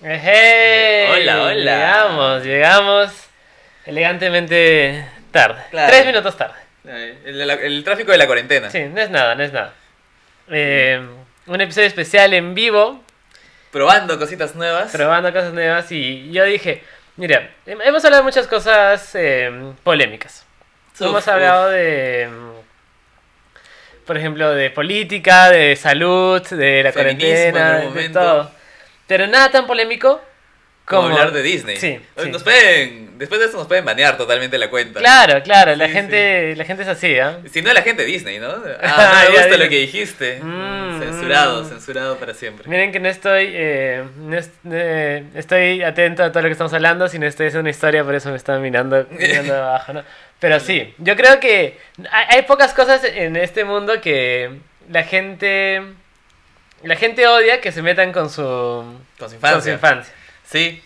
Hola. Llegamos elegantemente tarde. Claro. 3 minutos tarde. El tráfico de la cuarentena. Sí, no es nada. Un episodio especial en vivo, Probando cositas nuevas. probando cosas nuevas, y yo dije, mira, hemos hablado de muchas cosas polémicas. Hemos hablado de, por ejemplo, de política, de salud, de la Feminismo cuarentena, en algún de momento. todo. Pero nada tan polémico Como hablar de Disney. Sí. Después de esto nos pueden banear totalmente la cuenta. Claro, la Sí, gente es así, ¿eh? Si no, la gente de Disney, ¿no? No me Ya gusta digo. lo que dijiste. Censurado para siempre. Miren que no estoy estoy atento a todo lo que estamos hablando, sino estoy haciendo una historia, por eso me están mirando abajo, ¿no? Pero sí, yo creo que hay pocas cosas en este mundo que la gente odia que se metan con su infancia. Sí.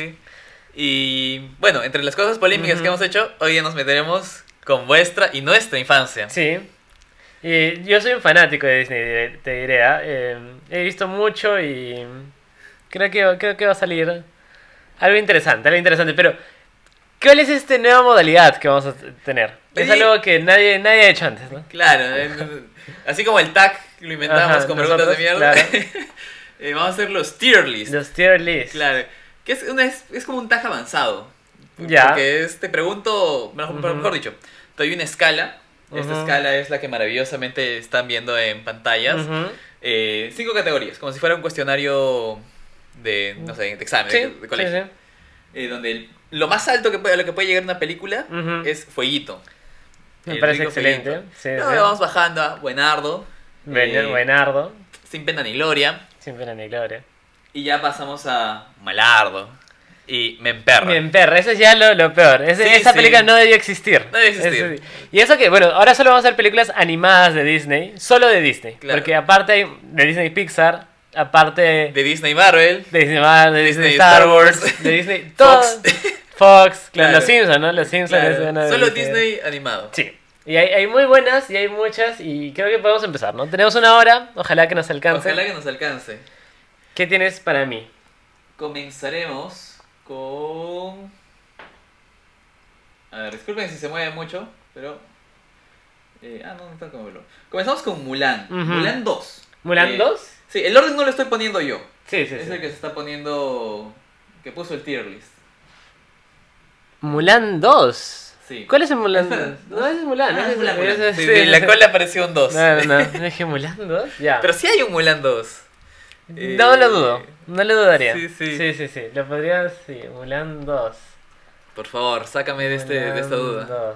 Y bueno, entre las cosas polémicas que hemos hecho, hoy ya nos meteremos con vuestra y nuestra infancia. Sí. Y yo soy un fanático de Disney, te diré. He visto mucho y creo que va a salir algo interesante. Pero, ¿cuál es esta nueva modalidad que vamos a tener? Es Sí. algo que nadie ha hecho antes, ¿no? Claro, así como el tag lo inventamos Ajá, con preguntas de nosotros, mierda. claro. Vamos a hacer los tier list. Los tier lists. Claro, que es como un tag avanzado. Ya. Porque te pregunto, mejor dicho, te doy una escala. Esta Ujú. escala es la que maravillosamente están viendo en pantallas. Ujú. 5 categorías, como si fuera un cuestionario de, no sé, de examen, Sí, de colegio. sí. Donde lo más alto a lo que puede llegar una película Ujú. es fueguito. Me El parece rico excelente. fueguito. Sí, Luego sí. vamos bajando a buenardo, Buenardo. sin pena ni gloria. Sin pena ni gloria. Y ya pasamos a malardo y me emperra. Bien, perra, eso es ya lo peor. Esa Sí. película no debió existir. No debió existir. Y eso que, bueno, ahora solo vamos a hacer películas animadas de Disney. Solo de Disney. Claro. Porque aparte hay de Disney Pixar, aparte De Disney Marvel. de Disney Marvel, de Disney Disney Star Star Wars, Wars, de Disney todo. Fox. Fox, Claro. los Simpsons, ¿no? Los Simpsons. Claro, es una de solo Disney animado. Sí. Y hay muy buenas y hay muchas y creo que podemos empezar, ¿no? Tenemos una hora, ojalá que nos alcance. Ojalá que nos alcance. ¿Qué tienes para mí? Comenzaremos con... A ver, disculpen si se mueve mucho, pero... no está como verlo. Comenzamos con Mulan. Ujú. Mulan 2. ¿Mulan 2? Sí, el orden no lo estoy poniendo yo. Sí. Es el que se está poniendo... Que puso el tier list. Mulan 2. Sí. ¿Cuál es el Mulan? Espera, No, ese es Mulan. Ah, ese es Mulan. ese- Sí, sí, de la sí. cola apareció un 2. No. Dije Mulan 2. Ya. Pero sí hay un Mulan 2. No lo dudo. No lo dudaría. Sí. Sí. Lo podrías. Sí, Mulan 2. Por favor, sácame de esta duda. 2.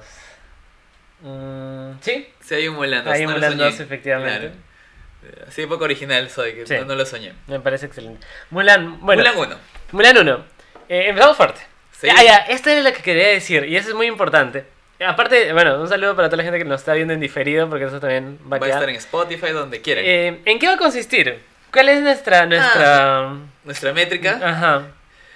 Sí, Sí hay un Mulan 2. hay no lo Mulan soñé. 2, efectivamente. Claro. Así de poco original soy, que Sí. no lo soñé. Me parece excelente. Mulan, bueno. Mulan 1. Mulan 1. Empezamos fuerte. Sí. Ya, esto era lo que quería decir, y eso es muy importante. Aparte, bueno, un saludo para toda la gente que nos está viendo en diferido, porque eso también va a Va a quedar. estar en Spotify, donde quieran. ¿En qué va a consistir? ¿Cuál es nuestra... Nuestra métrica. Ajá.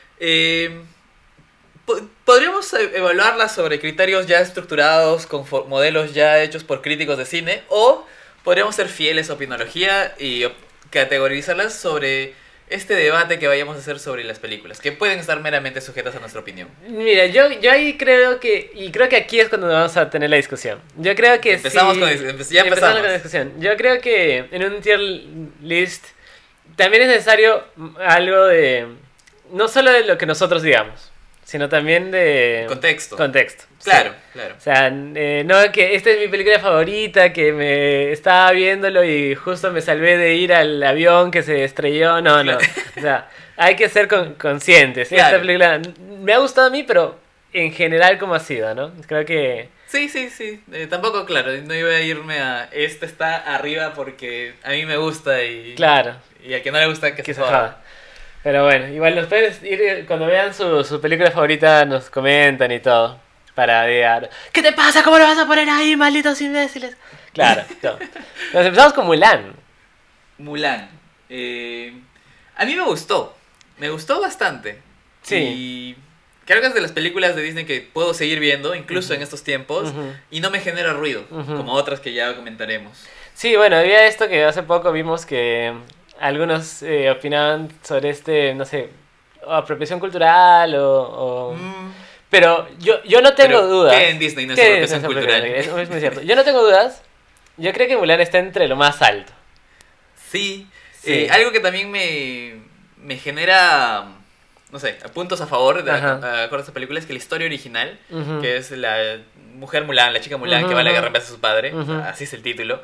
Podríamos evaluarla sobre criterios ya estructurados, con modelos ya hechos por críticos de cine, o podríamos ser fieles a opinología y categorizarlas sobre este debate que vayamos a hacer sobre las películas, que pueden estar meramente sujetas a nuestra opinión. Mira, yo ahí creo que... Y creo que aquí es cuando vamos a tener la discusión. Yo creo que Empezamos sí... con ya empezamos. con la discusión. Yo creo que en un tier list también es necesario algo de... No solo de lo que nosotros digamos, sino también de... Contexto. Contexto. Claro, Sí. claro. O sea, no que esta es mi película favorita, que me estaba viéndolo y justo me salvé de ir al avión que se estrelló. No. Claro. O sea, hay que ser conscientes. Claro. Esta película me ha gustado a mí, pero en general como ha sido, ¿no? Creo que... Sí. Tampoco, claro, no iba a irme a este está arriba porque a mí me gusta y... Claro, Y al que no le gusta que que se se joda. joda. Pero bueno, igual nos pueden ir, cuando vean su película favorita, nos comentan y todo. Para ver, ¿qué te pasa? ¿Cómo lo vas a poner ahí, malditos imbéciles? Claro, no. Nos empezamos con Mulan. Mulan. A mí me gustó bastante. Sí. Y creo que es de las películas de Disney que puedo seguir viendo, incluso en estos tiempos, Ujú. y no me genera ruido, Ujú. como otras que ya comentaremos. Sí, bueno, había esto que hace poco vimos que algunos opinaban sobre no sé, apropiación cultural o... Mm, Pero yo no tengo pero, dudas. ¿qué en Disney no es ¿Qué apropiación es cultural? Es muy cierto. Yo no tengo dudas. Yo creo que Mulan está entre lo más alto. Sí, Sí. algo que también me genera, no sé, puntos a favor de Ajá. con esta película es que la historia original, Ujú. que es la mujer Mulan, la chica Mulan que Ujú, va a la ujú. guerra en vez de su padre, Ujú. así es el título,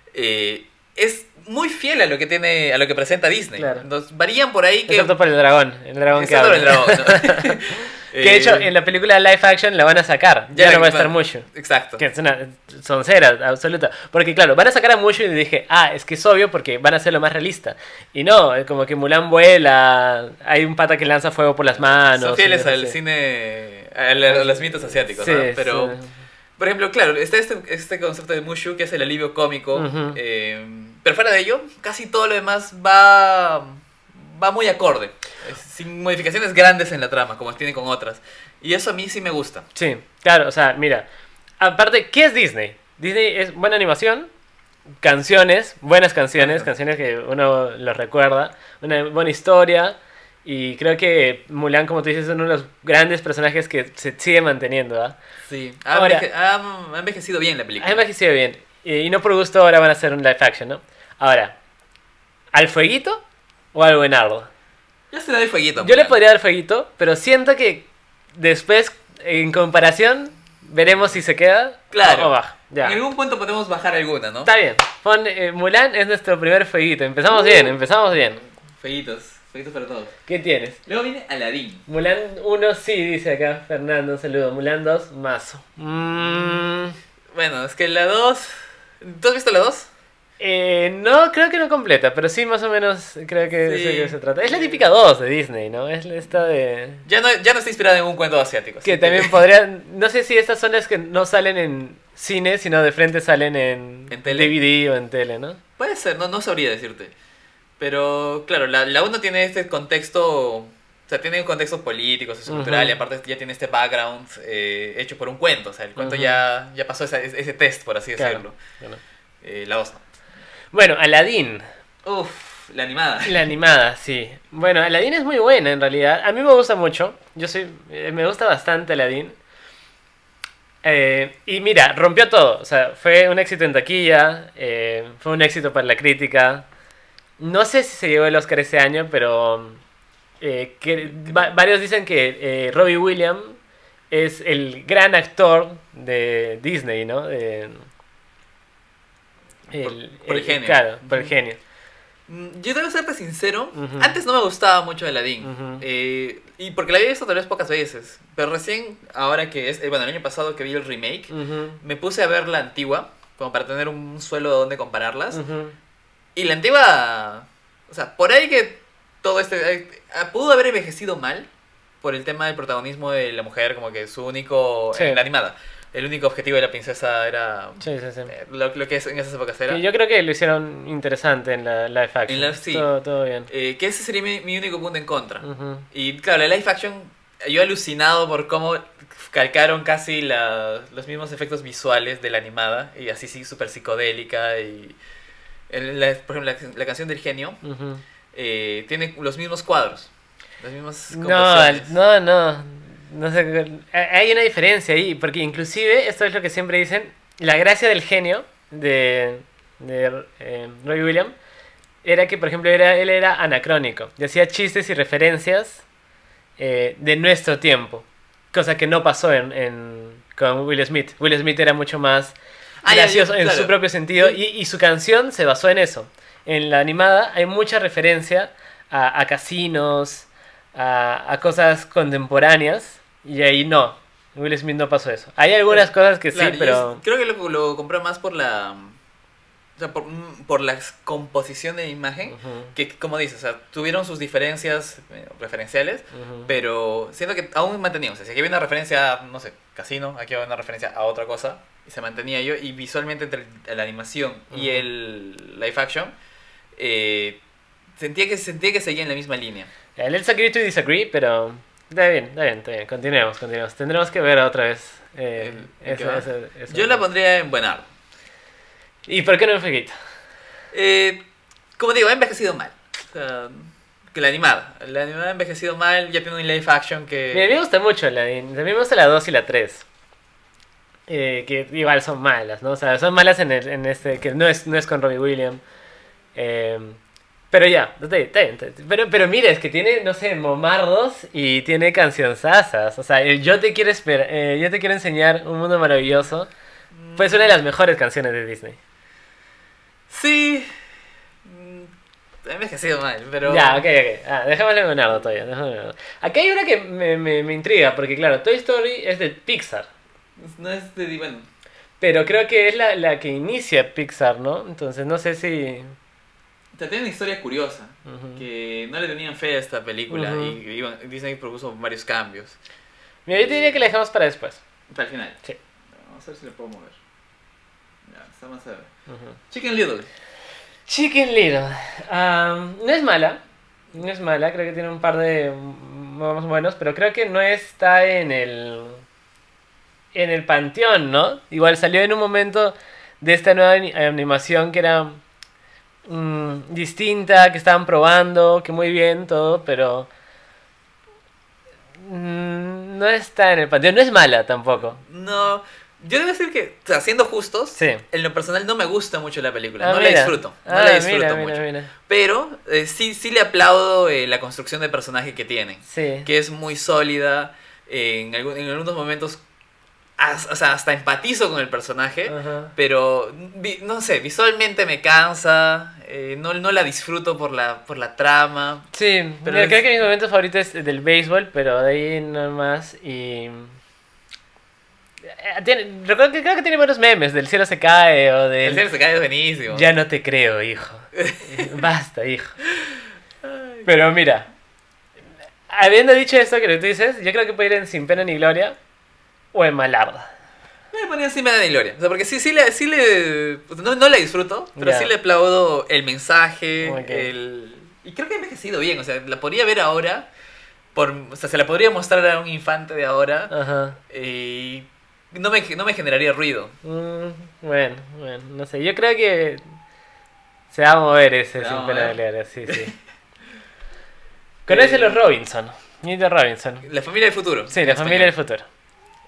es muy fiel a lo que tiene, a lo que presenta Disney. Claro. Entonces, varían por ahí que... Excepto por el dragón que Excepto por habla. el dragón, ¿no? Que de hecho en la película live action la van a sacar. Ya no va a estar Mushu. Exacto. Que es una soncera absoluta. Porque claro, van a sacar a Mushu y dije, es que es obvio porque van a hacerlo más realista. Y no, es como que Mulan vuela, hay un pata que lanza fuego por las manos. Son fieles y al así. cine, a los mitos asiáticos, Sí, ¿no? Pero, sí. por ejemplo, claro, está este concepto de Mushu, que es el alivio cómico. Ujú. Pero fuera de ello, casi todo lo demás va muy acorde. Sin modificaciones grandes en la trama, como tiene con otras. Y eso a mí sí me gusta. Sí, claro, o sea, mira. Aparte, ¿qué es Disney? Disney es buena animación, canciones, buenas canciones, Ajá. canciones que uno los recuerda, una buena historia. Y creo que Mulan, como tú dices, es uno de los grandes personajes que se sigue manteniendo. ¿Ah? Sí, Ahora, ha envejecido bien la ha película. envejecido bien. Y no por gusto ahora van a hacer un live action, ¿no? Ahora, ¿al fueguito o al buenardo? Yo se le doy fueguito. Yo le Mulan. podría dar fueguito, pero siento que después, en comparación, veremos si se queda Claro. o baja. Ya. En algún punto podemos bajar alguna, ¿no? Está bien. Mulan es nuestro primer fueguito. Empezamos bien, empezamos bien. Fueguitos para todos. ¿Qué tienes? Luego viene Aladdin. Mulan 1 sí, dice acá Fernando, un saludo. Mulan 2, mazo. Bueno, es que la 2... ¿Tú has visto la 2? No, creo que no completa, pero sí más o menos creo que Sí. sé de qué se trata. Es la típica 2 de Disney, ¿no? Es esta de... Ya no está inspirada en un cuento asiático. Que así también podrían... No sé si estas son las que no salen en cine, sino de frente salen en ¿En tele? DVD o en tele, ¿no? Puede ser, no sabría decirte. Pero claro, la 1 tiene este contexto... O sea, tiene un contexto político, sociocultural, Ujú. y aparte ya tiene este background hecho por un cuento. O sea, el cuento Ujú. ya pasó ese test, por así Claro. decirlo. Bueno. La 2 no. Bueno, Aladdin. Uf, la animada. La animada, sí. Bueno, Aladdin es muy buena en realidad. A mí me gusta mucho. Me gusta bastante Aladdin. Y mira, rompió todo. O sea, fue un éxito en taquilla. Fue un éxito para la crítica. No sé si se llevó el Oscar ese año, pero varios dicen que Robbie Williams es el gran actor de Disney, ¿no? Por el genio. Claro, por el genio. Yo debo serte sincero, Ujú. antes no me gustaba mucho Aladdin. Ujú. Y porque la había visto tal vez pocas veces. Pero recién, ahora que es, bueno, el año pasado que vi el remake, Ujú. me puse a ver la antigua, como para tener un suelo donde compararlas. Ujú. Y la antigua, o sea, por ahí que todo pudo haber envejecido mal por el tema del protagonismo de la mujer, como que su único, Sí. en la animada, el único objetivo de la princesa era Sí, sí, sí. lo que es en esas épocas era. Que yo creo que lo hicieron interesante en la live action. Sí. Todo bien. Que ese sería mi único punto en contra. Ujú. Y claro, la live action, yo alucinado por cómo calcaron casi los mismos efectos visuales de la animada, y así sí, súper psicodélica. Y por ejemplo, la canción del genio Ujú. tiene los mismos cuadros, las mismas No, composiciones. no sé. Hay una diferencia ahí, porque inclusive, esto es lo que siempre dicen, la gracia del genio de Robbie Williams era que, por ejemplo, él era anacrónico. Y hacía chistes y referencias de nuestro tiempo. Cosa que no pasó con Will Smith. Will Smith era mucho más gracioso en claro. su propio sentido. Y su canción se basó en eso. En la animada hay mucha referencia a casinos, a cosas contemporáneas. Y ahí no. Will Smith no pasó eso. Hay algunas cosas que Claro, sí, y pero... creo que lo compré más por o sea, por la composición de imagen, Ujú, que como dices, o sea, tuvieron sus diferencias referenciales, ujú. pero siento que aún manteníamos. O sea, si aquí había una referencia a, no sé, casino, aquí había una referencia a otra cosa, y se mantenía yo, y visualmente entre la animación y Ujú. el live action, sentía que seguía en la misma línea. Let's agree to disagree, pero... Está bien, está bien, está bien. Continuemos. Tendremos que ver otra vez ¿En qué va? eso. Yo la pondría en Buenardo. ¿Y por qué no en fueguito? Como digo, ha envejecido mal. O sea, La animada. La animada ha envejecido mal, ya tiene un live action Mira, a que... mí me gusta mucho también me gusta la 2 y la 3. Que igual son malas, ¿no? O sea, son malas en este, que no es con Robbie Williams. Eh, pero ya, está bien. Pero mira, es que tiene, no sé, momardos y tiene cancionzasas. O sea, el Yo te quiero enseñar un mundo maravilloso. Pues una de las mejores canciones de Disney. Sí. Ha envejecido mal, pero... Ya, ok. Dejémosle a Leonardo todavía. Aquí hay una que me intriga, porque claro, Toy Story es de Pixar. No es de... Bueno, Pero creo que es la que inicia Pixar, ¿no? Entonces no sé si... tiene una historia curiosa, Ujú. que no le tenían fe a esta película Ujú. y Disney propuso varios cambios. Mira, yo te diría que la dejamos para después. Hasta el final. Sí. Vamos a ver si le puedo mover. Ya, está más a ver. Ujú. Chicken Little. Chicken Little. No es mala. No es mala. Creo que tiene un par de más buenos. Pero creo que no está en el panteón, ¿no? Igual salió en un momento de esta nueva animación que era distinta, que estaban probando, que muy bien todo, pero no está en el panteón. No es mala tampoco. No, yo debo decir que, o sea, siendo justos, Sí. en lo personal no me gusta mucho la película. Ah, No la mira. disfruto. No la disfruto mira, mucho. mira. Pero sí le aplaudo la construcción de personaje que tienen. Sí. Que es muy sólida. En algunos momentos, o sea, hasta empatizo con el personaje. Ajá. Pero, no sé, visualmente me cansa. No la disfruto por la trama. Sí, Pero mira, creo que mi momento favorito es del béisbol, pero de ahí no más. Y. Recuerdo que creo que tiene buenos memes, del cielo se cae o El del. cielo se cae es buenísimo. Ya no te creo, hijo. Basta, hijo. Pero mira, habiendo dicho esto que tú dices, yo creo que puede ir en Sin Pena ni Gloria o en Malarda. Me ponía encima de Gloria. O sea, porque sí pues, no la disfruto, pero Ya. sí le aplaudo el mensaje, Ok. y creo que ha envejecido bien. O sea, la podría ver ahora, o sea, se la podría mostrar a un infante de ahora, Ajá. y no me generaría ruido. Bueno, no sé. Yo creo que se va a mover ese Se va a Sin Pena ni mover. Gloria, sí. Conoce los Robinson. Nito Robinson. La familia del futuro. Sí, en la familia del español. futuro.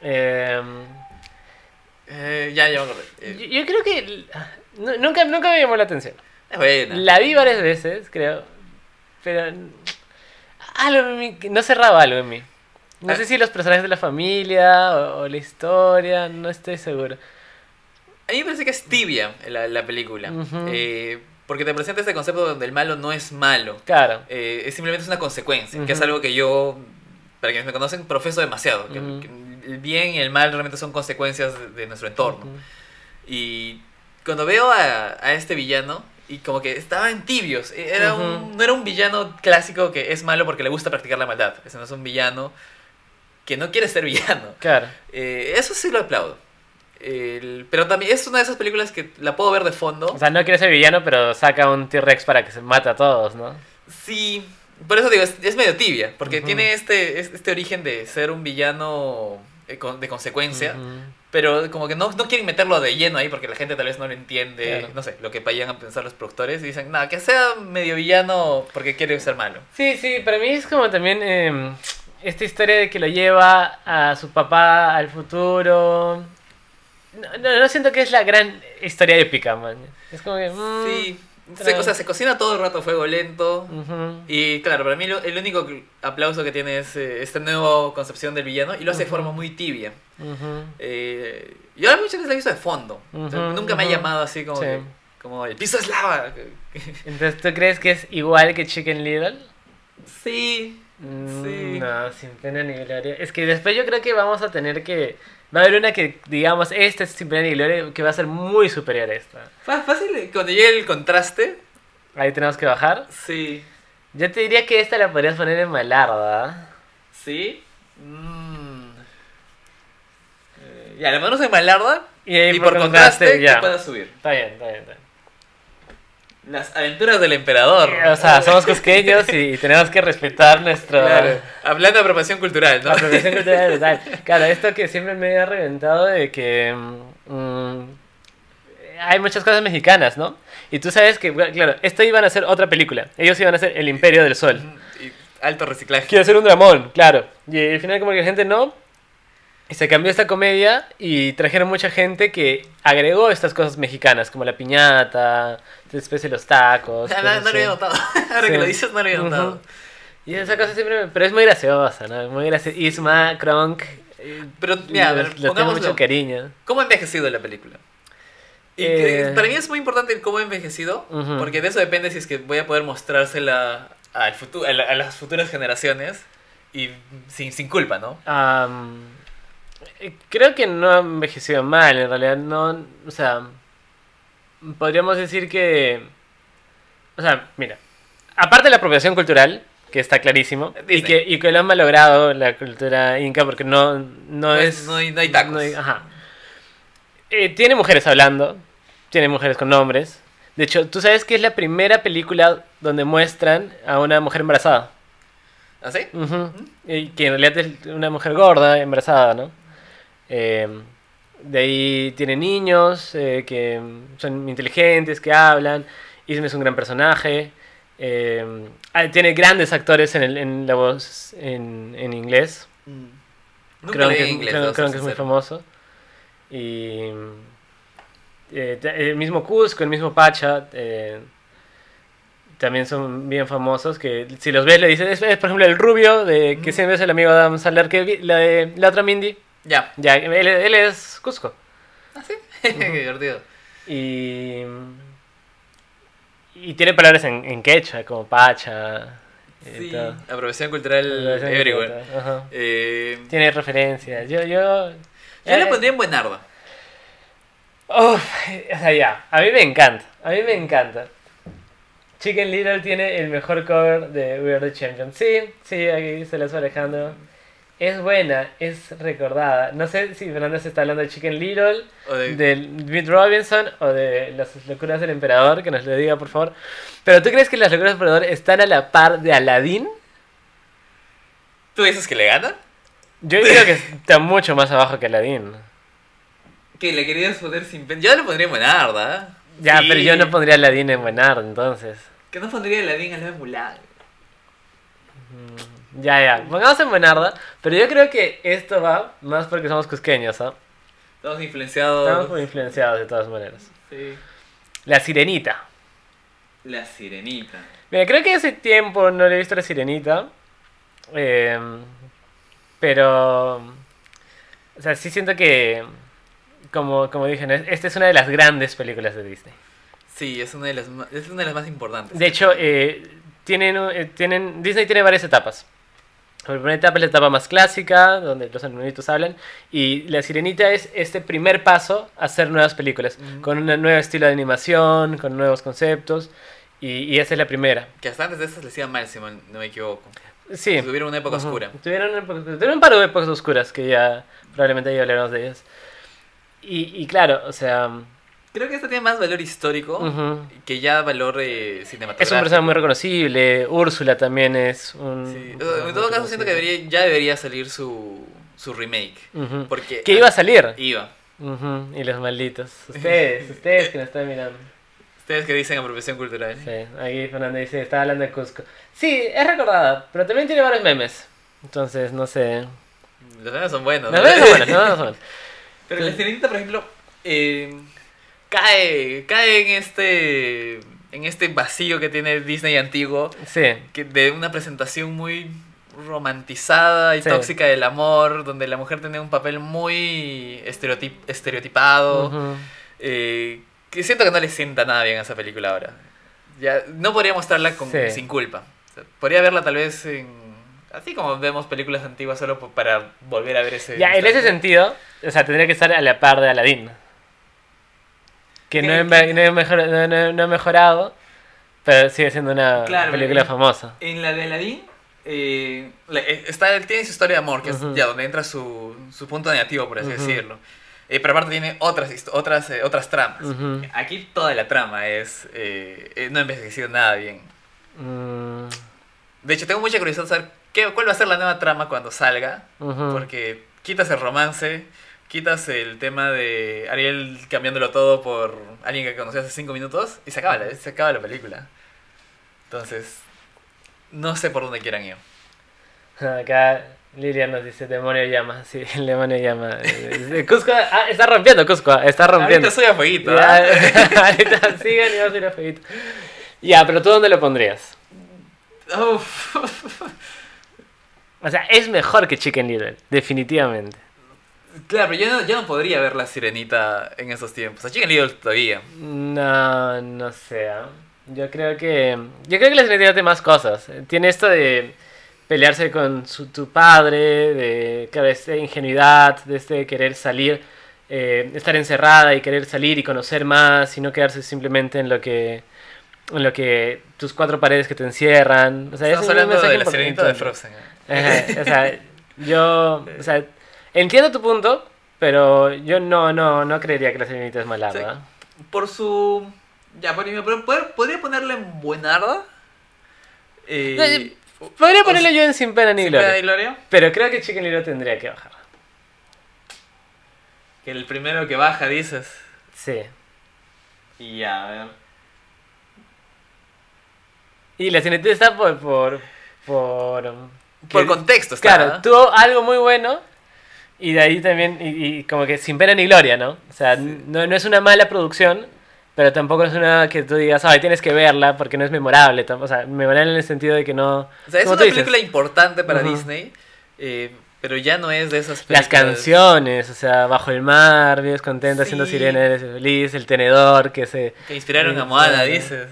Ya me acordé. Yo creo que nunca me llamó la atención. Es buena. La vi varias veces, creo. Pero algo en mí, no cerraba algo en mí. No Ah. sé si los personajes de la familia o la historia, no estoy seguro. A mí me parece que es tibia la película. Ujú. Porque te presenta este concepto donde el malo no es malo. Claro. Simplemente es una consecuencia, que es Ujú. algo que yo, para quienes me conocen, profeso demasiado. Que, Ujú. que el bien y el mal realmente son consecuencias de nuestro entorno. Ujú. Y cuando veo a este villano, y como que estaba en tibios, Ujú. no era un villano clásico que es malo porque le gusta practicar la maldad. Ese no es un villano que no quiere ser villano. Claro. Eso sí lo aplaudo. Pero también es una de esas películas que la puedo ver de fondo. O sea, no quiere ser villano, pero saca un T-Rex para que se mate a todos, ¿no? Sí, por eso digo, es medio tibia, porque Ujú. tiene este origen de ser un villano de consecuencia, Ujú. pero como que no quieren meterlo de lleno ahí porque la gente tal vez no lo entiende, Claro. no sé, lo que vayan a pensar los productores y dicen, nada, que sea medio villano porque quiere ser malo. Sí, para mí es como también esta historia de que lo lleva a su papá al futuro. No siento que es la gran historia épica, man. Es como que... Sí, pero- o sea, se cocina todo el rato a fuego lento. Ujú. Y claro, para mí el único aplauso que tiene es esta nueva concepción del villano y lo hace de Ujú. forma muy tibia. Ujú. Yo ahora muchas veces la he visto de fondo. O sea, Ujú, nunca me ha ujú. llamado así como, Sí. como el piso es lava. Entonces, ¿tú crees que es igual que Chicken Little? Sí, sí. No, sin pena ni gloria. Es que después yo creo que vamos a tener que... Va a haber una que, digamos, esta es sin pena ni gloria, que va a ser muy superior a esta. Fácil, cuando llegue el contraste, Ahí tenemos que bajar. sí. Yo te diría que esta la podrías poner en Malarda. Sí. Ya, la ponemos en Malarda Y ahí por contraste ya. que pueda subir. Está bien. Las aventuras del emperador. O sea, somos cusqueños y tenemos que respetar nuestro... Claro, hablando de apropiación cultural, ¿no? apropiación cultural total. Claro, esto que siempre me ha reventado de que hay muchas cosas mexicanas, ¿no? Y tú sabes que, claro, esto iban a hacer otra película. Ellos iban a hacer El Imperio del Sol. Y alto reciclaje. Quiero hacer un dramón, claro. Y al final como que la gente no. Y se cambió esta comedia y trajeron mucha gente que agregó estas cosas mexicanas, como la piñata, después de los tacos. No lo había notado. Ahora Sí. que lo dices, no lo había notado. Ujú. Y esa cosa siempre... Pero es muy graciosa, ¿no? Muy graciosa. Isma, Kronk... Pero, mira, a ver, les tengo pongámoslo. mucho cariño. ¿Cómo ha envejecido la película? Y para mí es muy importante el cómo ha envejecido, Ujú. porque de eso depende si es que voy a poder mostrársela al a las futuras generaciones y sin culpa, ¿no? Creo que no ha envejecido mal, en realidad. No, o sea, podríamos decir que... O sea, mira, aparte de la apropiación cultural, que está clarísimo, Disney. y que lo han malogrado la cultura inca porque no es... No hay tacos. Ajá. Tiene mujeres hablando, tiene mujeres con nombres. De hecho, ¿tú sabes que es la primera película donde muestran a una mujer embarazada? ¿Ah, sí? Ujú. Y que en realidad es una mujer gorda, embarazada, ¿no? De ahí tiene niños que son inteligentes, que hablan. Isma es un gran personaje. Tiene grandes actores en la voz en inglés. Nunca Creo leí que, inglés, creo, debo creo ser que es muy sincero. famoso. Y el mismo Cusco, el mismo Pacha, también son bien famosos. Que si los ves, le dices, es, por ejemplo, el rubio de que siempre es el amigo de Adam Sandler, la otra Mindy. Ya. Ya, él es Cusco. ¿Ah, sí? Qué divertido. Y, y tiene palabras en quechua, como Pacha. Y Sí, todo. apropiación cultural Ajá. everywhere. Ajá. Yo Tiene referencias. le pondría en buenarda. Uf, o sea, ya. A mí me encanta. A mí me encanta. Chicken Little tiene el mejor cover de We Are the Champions. Sí, aquí se lo hace Alejandro. Es buena, es recordada. No sé si Fernández está hablando de Chicken Little, O de- del Mitt Robinson o de las locuras del emperador, que nos lo diga por favor. Pero ¿tú crees que las locuras del emperador están a la par de Aladdin? ¿Tú dices que le gana? Yo creo que está mucho más abajo que Aladdin. Que le querías poner sin pen. Yo le pondría en buenarda. Ya, Sí. pero yo no pondría a Aladdin en Buenard, entonces. Que no pondría la DIN al lado de Mulan. Ya. Pongamos en Buenarda, pero yo creo que esto va más porque somos cusqueños, ¿ah? Estamos influenciados. Estamos muy influenciados de todas maneras. Sí. La Sirenita. La Sirenita. Mira, creo que hace tiempo no le he visto La Sirenita. eh, pero... O sea, sí siento que... Como dije, ¿no? Esta es una de las grandes películas de Disney. Sí, es una de las más importantes. De hecho, Disney tiene varias etapas. La primera etapa es la etapa más clásica, donde los animalitos hablan, y La Sirenita es este primer paso a hacer nuevas películas, con un nuevo estilo de animación, con nuevos conceptos, y esa es la primera. Que hasta antes de esas les iba mal, si no me equivoco. Sí. Tuvieron una época Ujú. oscura. Tuvieron un par de épocas oscuras, que ya probablemente ya hablaremos de ellas. Y claro, o sea... Creo que esta tiene más valor histórico Ujú. que ya valor cinematográfico. Es un personaje muy reconocible. Úrsula también es un... Sí. En todo caso, siento que ya debería salir su remake. Ujú. Porque Que iba a salir. Iba. Ujú. Y los malditos. Ustedes que nos están mirando. Ustedes que dicen apropiación cultural. Sí, aquí Fernando dice, estaba hablando de Cusco. Sí, es recordada, pero también tiene varios memes. Entonces, no sé. Los memes son buenos. Los memes son buenos, los memes son buenos. Pero la Sirenita, por ejemplo, cae en este vacío que tiene Disney antiguo, Sí. de una presentación muy romantizada y Sí. tóxica del amor, donde la mujer tiene un papel muy estereotipado, Ujú. que siento que no le sienta nada bien a esa película ahora. Ya, no podría mostrarla Sí. sin culpa. O sea, podría verla tal vez así como vemos películas antiguas solo para volver a ver ese... Ya, en ese sentido, o sea, tendría que estar a la par de Aladdin. Que no ha mejorado, pero sigue siendo una Claro, película famosa. En la de Aladdin tiene su historia de amor, que Ujú. es ya donde entra su punto negativo, por así Ujú. decirlo. Pero aparte tiene otras tramas. Ujú. Aquí toda la trama no ha envejecido nada bien. Mm, De hecho, tengo mucha curiosidad de saber cuál va a ser la nueva trama cuando salga, ujú. porque quitas el romance, quitas el tema de Ariel cambiándolo todo por alguien que conocí hace 5 minutos y se acaba la película. Entonces, no sé por dónde quieran ir. Acá Lilian nos dice demonio llama, sí, el demonio llama. Cusco, está rompiendo Cusco, está rompiendo. Ahorita soy a fueguito, Ya, ¿ah? ahorita sigan y vamos a ir a fueguito. Ya, pero ¿tú dónde lo pondrías? Uf. O sea, es mejor que Chicken Little, definitivamente. Claro, pero yo no podría ver la Sirenita en esos tiempos. A Chicken Little todavía. No, no sé. Yo creo que la Sirenita tiene más cosas. Tiene esto de pelearse con tu padre, de claro, esta ingenuidad, de este querer salir, estar encerrada y querer salir y conocer más y no quedarse simplemente en lo que tus 4 paredes que te encierran. O sea, Estamos ese es un hablando mensaje de la Sirenita de importante. Frozen. Ajá, o sea, entiendo tu punto, pero yo no creería que la Sirenita es Sí. malarda. Por su... Ya, pero podría ponerle en buenarda. Podría ponerlo yo en Sin Pena ni ¿Sin Gloria. Pena y Gloria? Pero creo que Chicken Little tendría que bajar. Que el primero que baja, dices. Sí. Y ya, a ver. Y la Sirenita está por Por que- contexto, está. Claro, tuvo algo muy bueno. Y de ahí también, y como que Sin Pena ni Gloria, ¿no? O sea, no es una mala producción, pero tampoco es una que tú digas, ay, tienes que verla porque no es memorable. O sea, memorable en el sentido de que no... O sea, es como una tú dices, película importante para Ujú. Disney, pero ya no es de esas las películas... canciones, o sea, Bajo el mar, vives contenta, Sí. siendo sirena, eres feliz, El tenedor, que se... Que inspiraron a Moana, Claro. dices.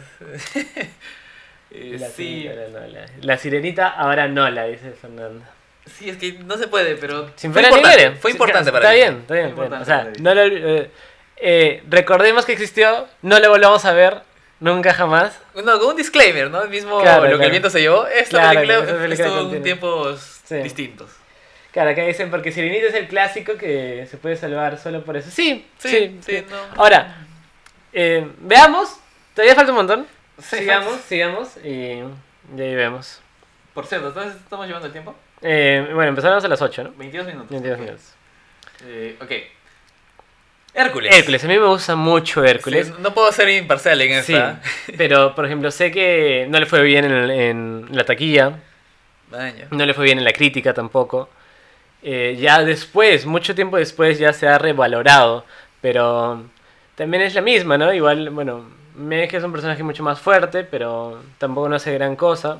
La Sí, sirenita ahora no la sirenita ahora no la, dice Fernando. sí, es que no se puede, pero Sin fue pena ni importante, gloria. fue importante para Está Disney. bien, está bien. Fue está bien. O importante sea, para Disney. no lo, recordemos que existió, no lo volvamos a ver nunca jamás. No, con un disclaimer, ¿no? El mismo Claro, Lo que claro. el viento se llevó. Esta Claro, película esa película estuvo en continúa. tiempos Sí. distintos. Claro, acá dicen porque Sirenita es el clásico que se puede salvar solo por eso. Sí, sí, sí. no. Ahora, veamos, todavía falta un montón. Sí, Sigamos y ahí vemos. Por cierto, entonces estamos llevando el tiempo. Bueno, empezamos a las 8, ¿no? 22 minutos. 22 minutos. Ok. Hércules. Hércules, a mí me gusta mucho Hércules. Sí, no puedo ser imparcial en Sí, esta. pero por ejemplo, sé que no le fue bien en la taquilla, Vaya. no le fue bien en la crítica tampoco. Ya después, mucho tiempo después, ya se ha revalorado, pero también es la misma, ¿no? Igual, bueno, Meg es un personaje mucho más fuerte, pero tampoco no hace gran cosa.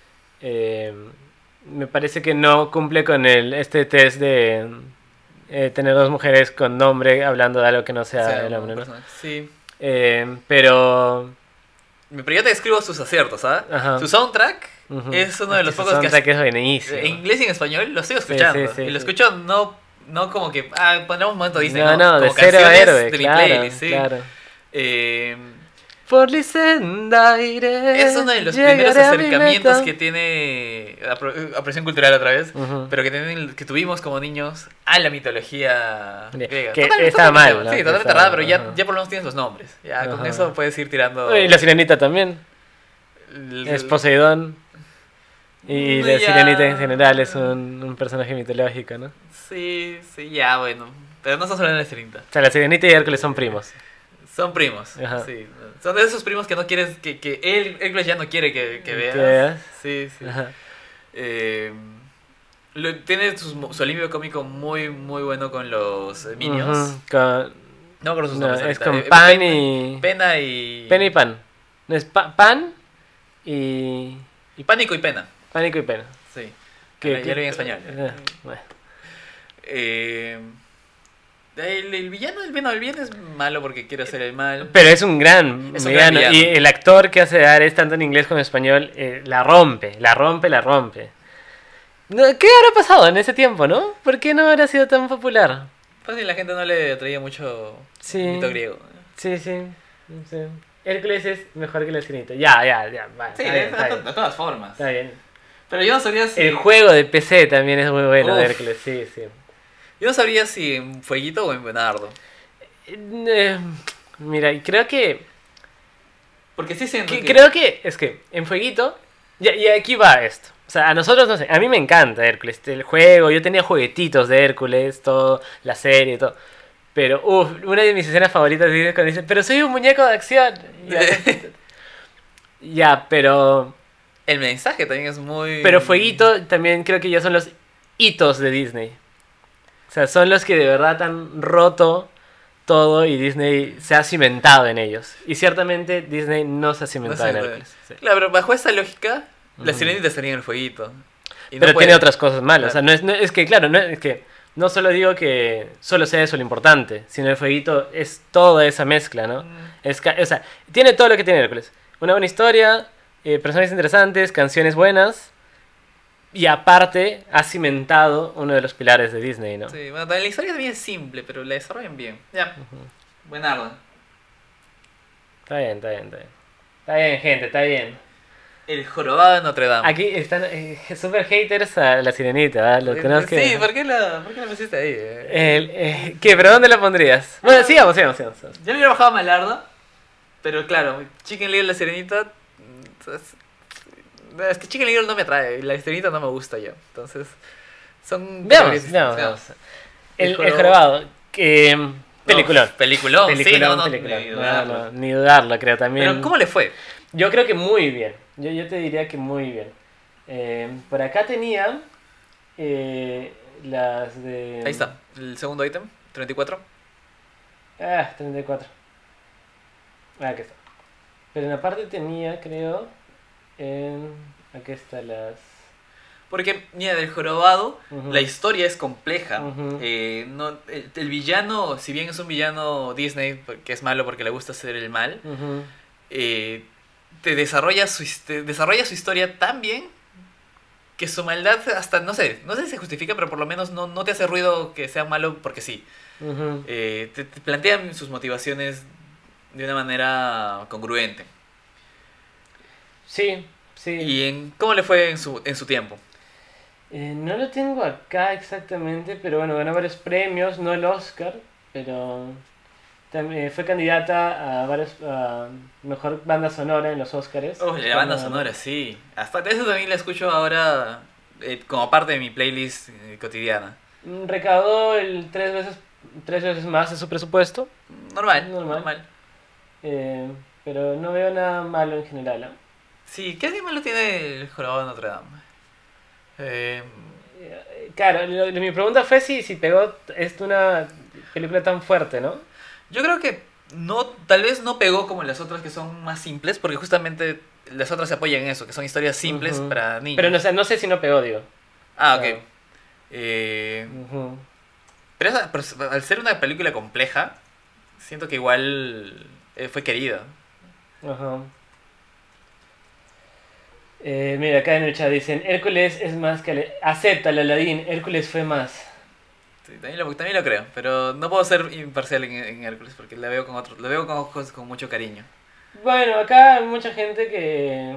Me parece que no cumple con este test de tener 2 mujeres con nombre hablando de algo que no sea O sea, el hombre, ¿no? Sí. Pero... Pero yo te describo sus aciertos, ¿ah? Ajá. Su soundtrack Ujú. es uno de los Su pocos soundtrack es buenísimo. en inglés y en español lo sigo Sí, escuchando. sí, sí, y lo sí. escucho no como que, pondremos un momento Disney, No, de como cero a canciones héroe, de mi claro, playlist, sí. claro. Eh, Por mi senda iré, es uno de los llegaré primeros a mi acercamientos meta. que tiene Apropiación cultural otra vez, Ujú. pero que tuvimos como niños a la mitología griega. Que está mal, ¿no? Sí, Que totalmente está errada, mal, pero ajá. ya por lo menos tienes los nombres. Ya con Ajá. eso puedes ir tirando. Y la sirenita también. el- Es Poseidón. Y la Ya. sirenita en general es un personaje mitológico, ¿no? O Sí, ya, bueno. Pero no estamos hablando de la Sirenita. sea, la sirenita y Hércules son primos. Son primos. Ajá. Sí. Son de esos primos que no quieres, que Hércules ya no quiere que veas. veas. Sí, sí. Ajá. Tiene su alivio cómico muy, muy bueno con los Minions. Ujú, con- No con sus no, nombres. es ahorita. con pan y... Pena y. Pena y pan. No, es pan y... Y pánico y pena. Pánico y pena. Sí. Que- Ya lo vi en español. Bueno. El villano, el bien es malo porque quiere hacer el mal. Pero es un gran Es un gran villano. Y villano. el actor que hace de Ares, tanto en inglés como en español, la rompe. No, ¿qué habrá pasado en ese tiempo, no? ¿Por qué no habrá sido tan popular? Fácil, la gente no le atraía mucho Sí. el mito griego. Sí. Hércules es mejor que la sirenita. Ya. Va, Sí, está bien, está bien. de todas formas. Está bien. Pero yo no sabría si. El juego de PC también es muy bueno de Uf. Hércules, sí. Yo no sabría si en Fueguito o en Buenardo. Mira, y creo que Porque sí siento que. creo que es que en Fueguito Y aquí va esto. O sea, a nosotros, no sé, a mí me encanta Hércules, el juego, yo tenía juguetitos de Hércules, todo, la serie, todo. Pero, una de mis escenas favoritas es cuando dice, pero soy un muñeco de acción. Ya, ya, pero... El mensaje también es muy... Pero Fueguito también creo que ya son los hitos de Disney. O sea, son los que de verdad han roto todo y Disney se ha cimentado en ellos. Y ciertamente Disney no se ha No cimentado sé, en Hércules. Sí. claro, pero bajo esta lógica, la Ujú. sirenita estaría en el fueguito. Y no Pero puede. tiene otras cosas malas. Claro. O sea, es que, claro, es que no solo digo que solo sea eso lo importante, sino el fueguito es toda esa mezcla, ¿no? Mm, O sea, tiene todo lo que tiene Hércules. Una buena historia, personajes interesantes, canciones buenas. Y aparte, ha cimentado uno de los pilares de Disney, ¿no? Sí, bueno, la historia también es simple, pero la desarrollan bien. Ya, buenardo. Está bien, está bien, está bien. Está bien, gente, está bien. El jorobado de Notre Dame. Aquí están super haters a la sirenita, ¿verdad? Lo tenemos que... Sí, ¿por qué la pusiste ahí? ¿Qué? ¿Pero dónde la pondrías? Bueno, sigamos. Yo le hubiera bajado a Malarda, pero claro, Chicken Little y la sirenita. Es que Chicken Little no me atrae, y la sirenita no me gusta ya. Entonces, son. categorías distintas. Veamos. El El jorobado. jorobado, que... Peliculón. No, peliculón, sí, no, Peliculón. ni No, dudarlo. no, ni dudarlo, creo también. Pero, ¿cómo le fue? Yo creo que muy bien. Yo te diría que muy bien. Por acá tenía las de... Ahí está, el segundo ítem, 34. 34. Aquí está. Pero en la parte tenía, creo... aquí está las... Porque, mira, del jorobado, Ujú. la historia es compleja. Ujú. El villano, si bien es un villano Disney, que es malo porque le gusta hacer el mal, Ujú. te desarrolla su historia tan bien que su maldad hasta, no sé si se justifica, pero por lo menos no te hace ruido que sea malo porque sí. Ujú. Te plantean sus motivaciones de una manera congruente. Sí, sí. ¿Cómo le fue en su tiempo? No lo tengo acá exactamente, pero bueno, ganó varios premios, no el Oscar, pero también fue candidata a varios mejor banda sonora en los Oscars. Oh, la banda sonora, sí. Hasta de eso también la escucho ahora como parte de mi playlist cotidiana. Recaudó tres veces más de su presupuesto, Normal, Normal. normal. eh, pero no veo nada malo en general, ¿no? Sí, ¿qué animal lo tiene el jorobado de Notre Dame? Claro, mi pregunta fue si pegó una película tan fuerte, ¿no? Yo creo que no, tal vez no pegó como las otras que son más simples, porque justamente las otras se apoyan en eso, que son historias simples Ujú. para niños. Pero no sé si no pegó, digo. Ah, ok. Claro. Ujú. Pero al ser una película compleja, siento que igual fue querida. Ajá. Mira, acá en el chat dicen, Hércules es más que... Acepta, Aladín, Hércules fue más. Sí, también lo creo, pero no puedo ser imparcial en Hércules porque la veo con ojos con mucho cariño. Bueno, acá hay mucha gente que...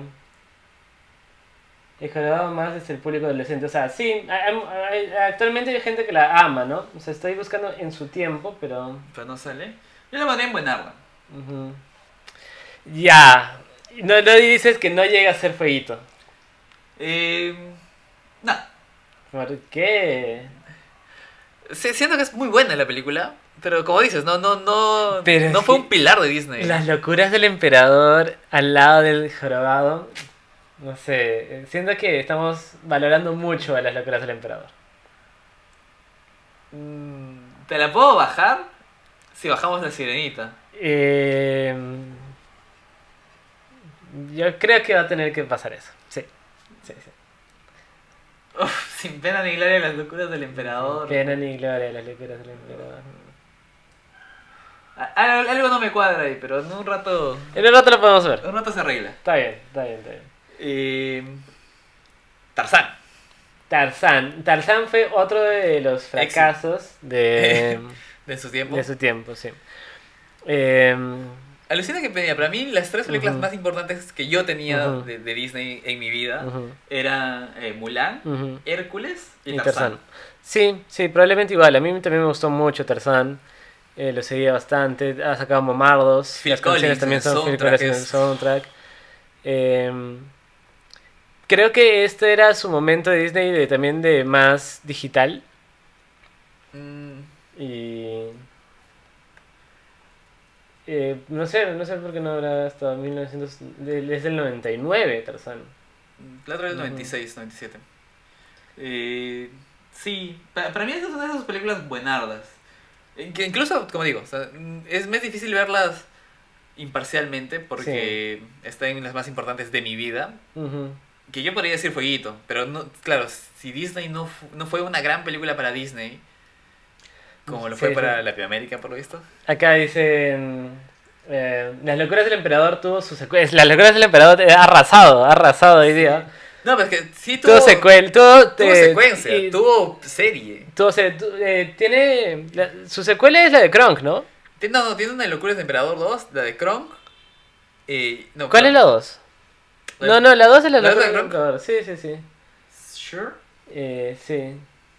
El jorobado más es el público adolescente. O sea, sí, actualmente hay gente que la ama, ¿no? O sea, estoy buscando en su tiempo, pero... Pero no sale. Yo la mandé en buenarda. Ujú. Ya. No dices que no llega a ser fueguito. No, ¿Por qué? siento que es muy buena la película, pero como dices, Pero no es fue que un pilar de Disney. Las locuras del emperador al lado del jorobado. No sé, siento que estamos valorando mucho a las locuras del emperador. ¿Te la puedo bajar? Si bajamos la sirenita. Eh, yo creo que va a tener que pasar eso. Sí, sí, sí. Uf, sin pena ni gloria las locuras del emperador. Pena ni gloria las locuras del emperador. Algo no me cuadra ahí, pero en En un rato lo podemos ver. un rato se arregla. Está bien, está bien, está bien. Tarzán. Tarzán fue otro de los fracasos De su tiempo. de su tiempo, sí. Eh, Alucina que tenía, para mí las tres películas Ujú. más importantes que yo tenía Ujú. de Disney en mi vida Ujú. eran Mulan, Ujú. Hércules y Y Tarzán. Sí, sí, probablemente igual. A mí también me gustó mucho Tarzán. Lo seguía bastante. Ha sacado Mamardos. Phil Las canciones Collins también en el son Phil soundtrack Collins en el es- soundtrack. creo que este era su momento de Disney también de más digital. Mm, Y... no sé por qué no habrá hasta 1900... Es del 99, Tarzán. la otra vez Ujú. 96, 97. Sí, para mí esas son esas películas buenardas. Que incluso, como digo, o sea, es más difícil verlas imparcialmente porque están en las más importantes de mi vida. Ujú. Que yo podría decir Fueguito, pero no, claro, si Disney no fue una gran película para Disney, como lo fue Sí, para sí. Latinoamérica, por lo visto. Acá dicen... Las locuras del emperador tuvo su secuela. Las locuras del emperador ha arrasado hoy día. No, pero es que sí Tuvo secuela, tuvo secuencia, tuvo serie. tiene... su secuela es la de Kronk, ¿no? No, tiene una de Locuras de Emperador 2, la de Kronk. No, ¿Cuál es la 2? No, la 2 es la ¿La locura de del Kronk? emperador. Sí, sí, sí. Sure. Sí.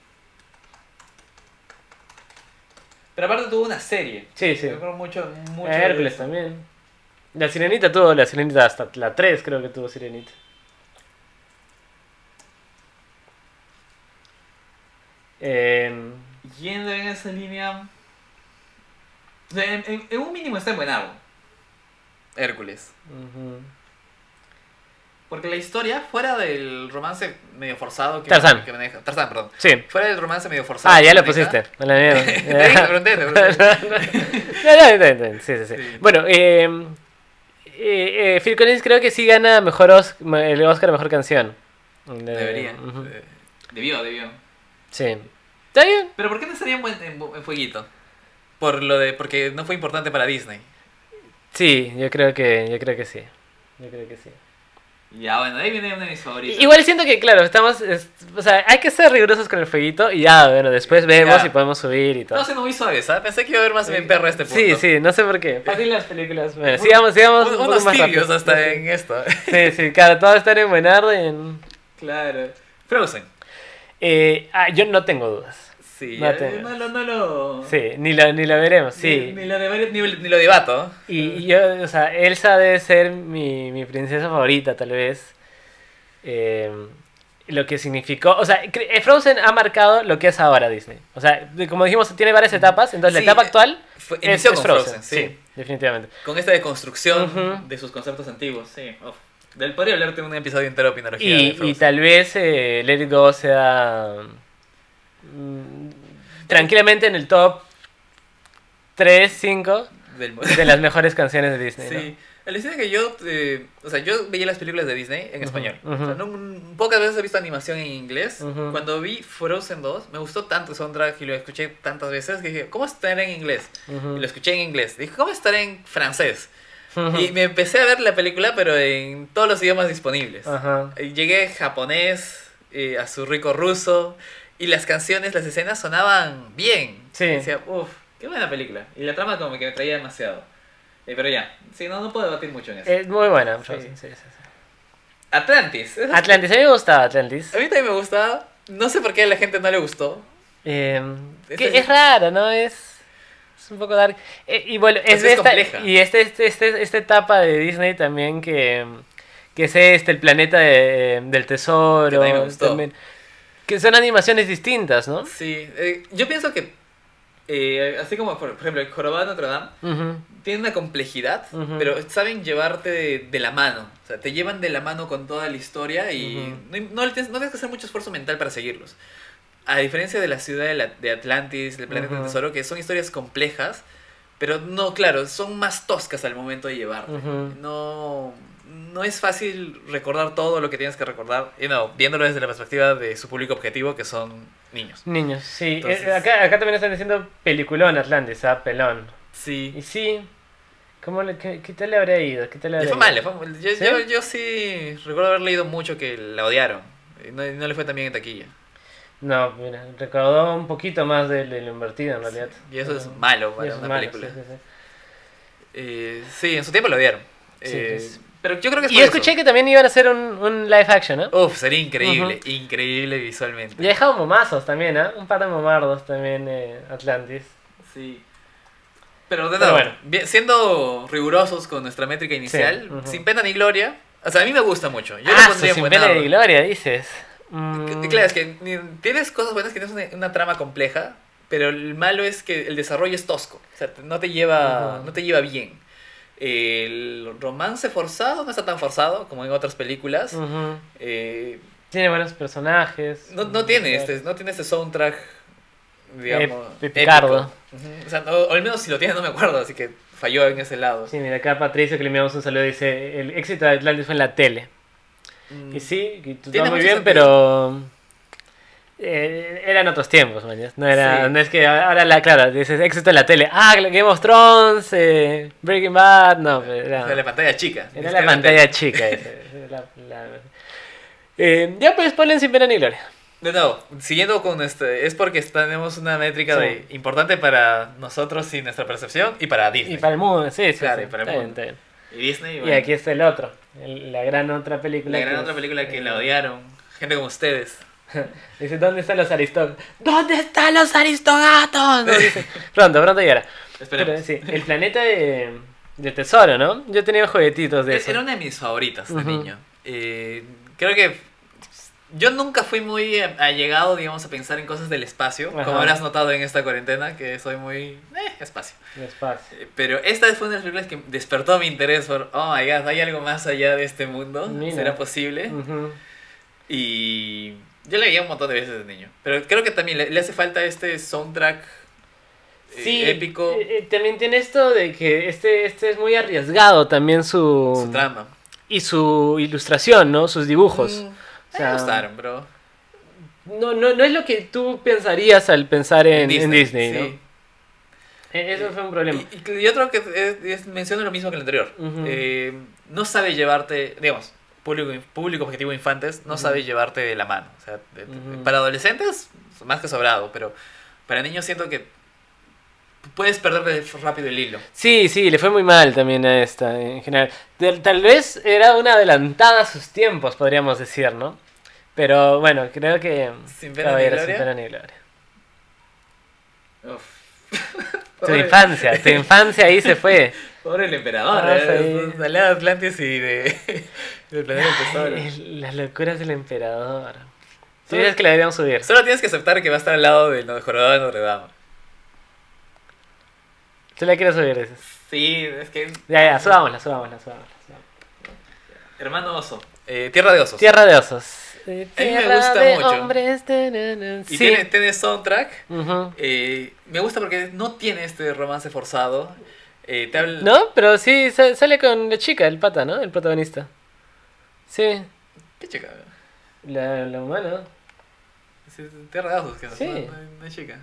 Pero aparte tuvo una serie. Sí, sí. Yo creo mucho de Hércules eso. también. La Sirenita tuvo, la Sirenita hasta la 3 creo que tuvo Sirenita. Eh, Yendo en esa línea. O sea, en un mínimo está en Buenardo. Hércules. ujú. Porque la historia, fuera del romance medio forzado Tarzán. que maneja. Tarzán, perdón. Sí. Fuera del romance medio forzado. Ah, que ya lo maneja. pusiste. A la mierda. Te pregunté. Está bien. Sí, sí, sí. Sí. Bueno, Phil Collins creo que sí gana el Oscar a Mejor Canción. Debería. Ujú. Debió. Sí. Está bien. Pero ¿por qué no estaría en Fueguito? Porque no fue importante para Disney. Sí, yo creo que sí. Yo creo que sí. Ya, bueno, ahí viene una de mis favoritas. Igual siento que, claro, o sea, hay que ser rigurosos con el fueguito y ya, bueno, después vemos Ya. y podemos subir y todo. No, siendo muy suave, ¿sabes? Pensé que iba a haber más bien perro a este punto. Sí, no sé por qué. Fácil las películas. Bueno, sigamos un poco Unos más tibios rápido. hasta en esto. Sí, claro, todo está en Buenardo y en... Claro. Frozen. Yo no tengo dudas. Sí, No te- no lo... Sí, ni lo veremos, sí. Ni lo debato. Y yo, o sea, Elsa debe ser mi princesa favorita, tal vez. Lo que significó, o sea, Frozen ha marcado lo que es ahora Disney. O sea, como dijimos, tiene varias etapas, entonces Sí, la etapa actual inició es con Frozen, Frozen, sí. definitivamente. Con esta deconstrucción Ujú. de sus conceptos antiguos, sí. Uf. Podría hablarte de un episodio entero de opinología de Y Frozen. tal vez Let It Go sea tranquilamente en el top 3, 5 Del- de las mejores canciones de Disney. Sí. El decir que yo, o sea, yo veía las películas de Disney en Ujú, español. ujú. O sea, pocas veces he visto animación en inglés. Ujú. Cuando vi Frozen 2, me gustó tanto el soundtrack y lo escuché tantas veces que dije, ¿cómo estará en inglés? ¿No? Ujú. Y lo escuché en inglés. Dije, ¿cómo estará en francés? Ujú. Y me empecé a ver la película, pero en todos los idiomas disponibles. Ajá. Y llegué japonés, a su rico ruso, y las canciones, las escenas sonaban bien. Sí. Y decía, uff, qué buena película. Y la trama como que me traía demasiado. Pero ya, sí, no puedo debatir mucho en eso. Es muy buena, Frozen, sí. Atlantis. Atlantis, a mí me gustaba Atlantis. A mí también me gustaba. No sé por qué a la gente no le gustó. Que es rara, ¿no? Es un poco dark. Y bueno, Pues es de es esta, compleja. y esta etapa de Disney también que es el planeta del tesoro. Que también me gustó. también, que son animaciones distintas, ¿no? Sí, yo pienso que, así como por ejemplo el Jorobado de Notre Dame, Ujú. tiene una complejidad, Ujú. pero saben llevarte de la mano. O sea, te llevan de la mano con toda la historia y Ujú. no tienes que hacer mucho esfuerzo mental para seguirlos. A diferencia de la ciudad de Atlantis, del planeta del Ujú. tesoro, que son historias complejas, pero no, claro, son más toscas al momento de llevarte. Ujú. No es fácil recordar todo lo que tienes que recordar, viéndolo desde la perspectiva de su público objetivo, que son niños. Niños, sí. Entonces- Acá también están diciendo peliculón Atlantis, pelón. Sí. Y sí, ¿qué tal le habría ido? ¿Qué tal le Le habría fue mal, ido? le fue mal. Yo, ¿Sí? yo sí recuerdo haber leído mucho que la odiaron. Y no le fue tan bien en taquilla. No, mira, recaudó un poquito más de lo invertido en realidad. Y eso es Pero- malo y para eso es una malo, película. sí, sí, Sí, en su tiempo lo odiaron. Sí, pues. Pero yo creo que es sí. Y por escuché eso. que también iban a hacer un live action, ¿no? Uf, sería increíble, increíble visualmente. Y ha dejado momazos también, ¿ah? Un par de momardos también Atlantis. Sí. Pero de Pero nuevo, bueno. siendo rigurosos con nuestra métrica inicial, ujú. sin pena ni gloria, O sea, a mí me gusta mucho. Yo lo Ah, pondría en sin pena buenardo. de gloria, dices. Claro, es que tienes cosas buenas que tienes una trama compleja, pero el malo es que el desarrollo es tosco. O sea, Ujú. no te lleva bien. El romance forzado no está tan forzado como en otras películas. Ujú. Eh, Tiene buenos personajes. no tiene este soundtrack, digamos, Picardo. épico. Ujú. O sea, o al menos si lo tiene no me acuerdo, así que falló en ese lado. Sí, mira, acá Patricio, que le enviamos un saludo, dice: el éxito de Atlantis fue en la tele. Mm, Y sí, que todo tiene muy mucho bien, sentido. pero. Eran otros tiempos, man. Sí. No es que ahora, claro, dices éxito en la tele. Ah, Game of Thrones, Breaking Bad. No, pero O sea, la pantalla chica. Ni era la siquiera la pantalla tele. chica. Ya, pues ponle sin pena ni gloria. De nuevo, siguiendo con es porque tenemos una métrica Sí. importante para nosotros y nuestra percepción y para Y Disney. para el mundo, sí, sí, Claro, sí. y para el Está bien, mundo. está bien. Y Disney, Y bueno, aquí está el otro, la gran otra película. la gran que otra es, película que la odiaron, gente como ustedes. dice: ¿dónde están los aristógatos? ¿Dónde están los aristogatos? No, dice, pronto, pronto llegará. Pero Esperemos. sí, el planeta de tesoro, ¿no? Yo he tenido juguetitos de eso. Era una de mis favoritas de Ujú. niño. Creo que yo nunca fui muy allegado, digamos, a pensar en cosas del espacio, Ajá. como habrás notado en esta cuarentena, que soy muy espacio. Despacio. Pero esta fue una de las películas que despertó mi interés por, oh my god, hay algo más allá de este mundo, Mira. ¿será posible? Ujú. Y yo la veía un montón de veces de niño. Pero creo que también le hace falta este soundtrack Sí, épico, también tiene esto de que este es muy arriesgado también su trama. y su ilustración, ¿no? Sus dibujos. Mm, O sea, me gustaron, bro. no es lo que tú pensarías al pensar en Disney, ¿no? sí. Eso fue un problema. Y otro que menciona lo mismo que el anterior. Ujú. No sabe llevarte, digamos, público objetivo infantes, no Ujú. sabe llevarte de la mano. O sea, Ujú. para adolescentes, más que sobrado, pero para niños siento que puedes perder rápido el hilo. Sí, sí, le fue muy mal también a esta en general. Tal vez era una adelantada a sus tiempos, podríamos decir, ¿no? Pero bueno, creo que Sin pena ni Caballero, gloria. sin pena ni gloria. Uf. Tu infancia ahí se fue. Pobre el emperador, Ah, sí. Salía de Atlantis y del planeta del tesoro. Ay, las locuras del emperador. Sí, es que la deberíamos subir. Solo tienes que aceptar que va a estar al lado del jorobado de Notre Dame. Yo la quiero subir, dices. Sí, es que. Ya, subámosla. Hermano oso. Tierra de osos. Tierra de osos. A mí me Tierra gusta de mucho. hombres, Y sí. tiene soundtrack. Ujú. Me gusta porque no tiene este romance forzado. Te habla... No, pero sí, sale con la chica, el pata, ¿no? El protagonista. Sí, ¿Qué chica? la humana. Tierra de osos, que Sí. no hay chica.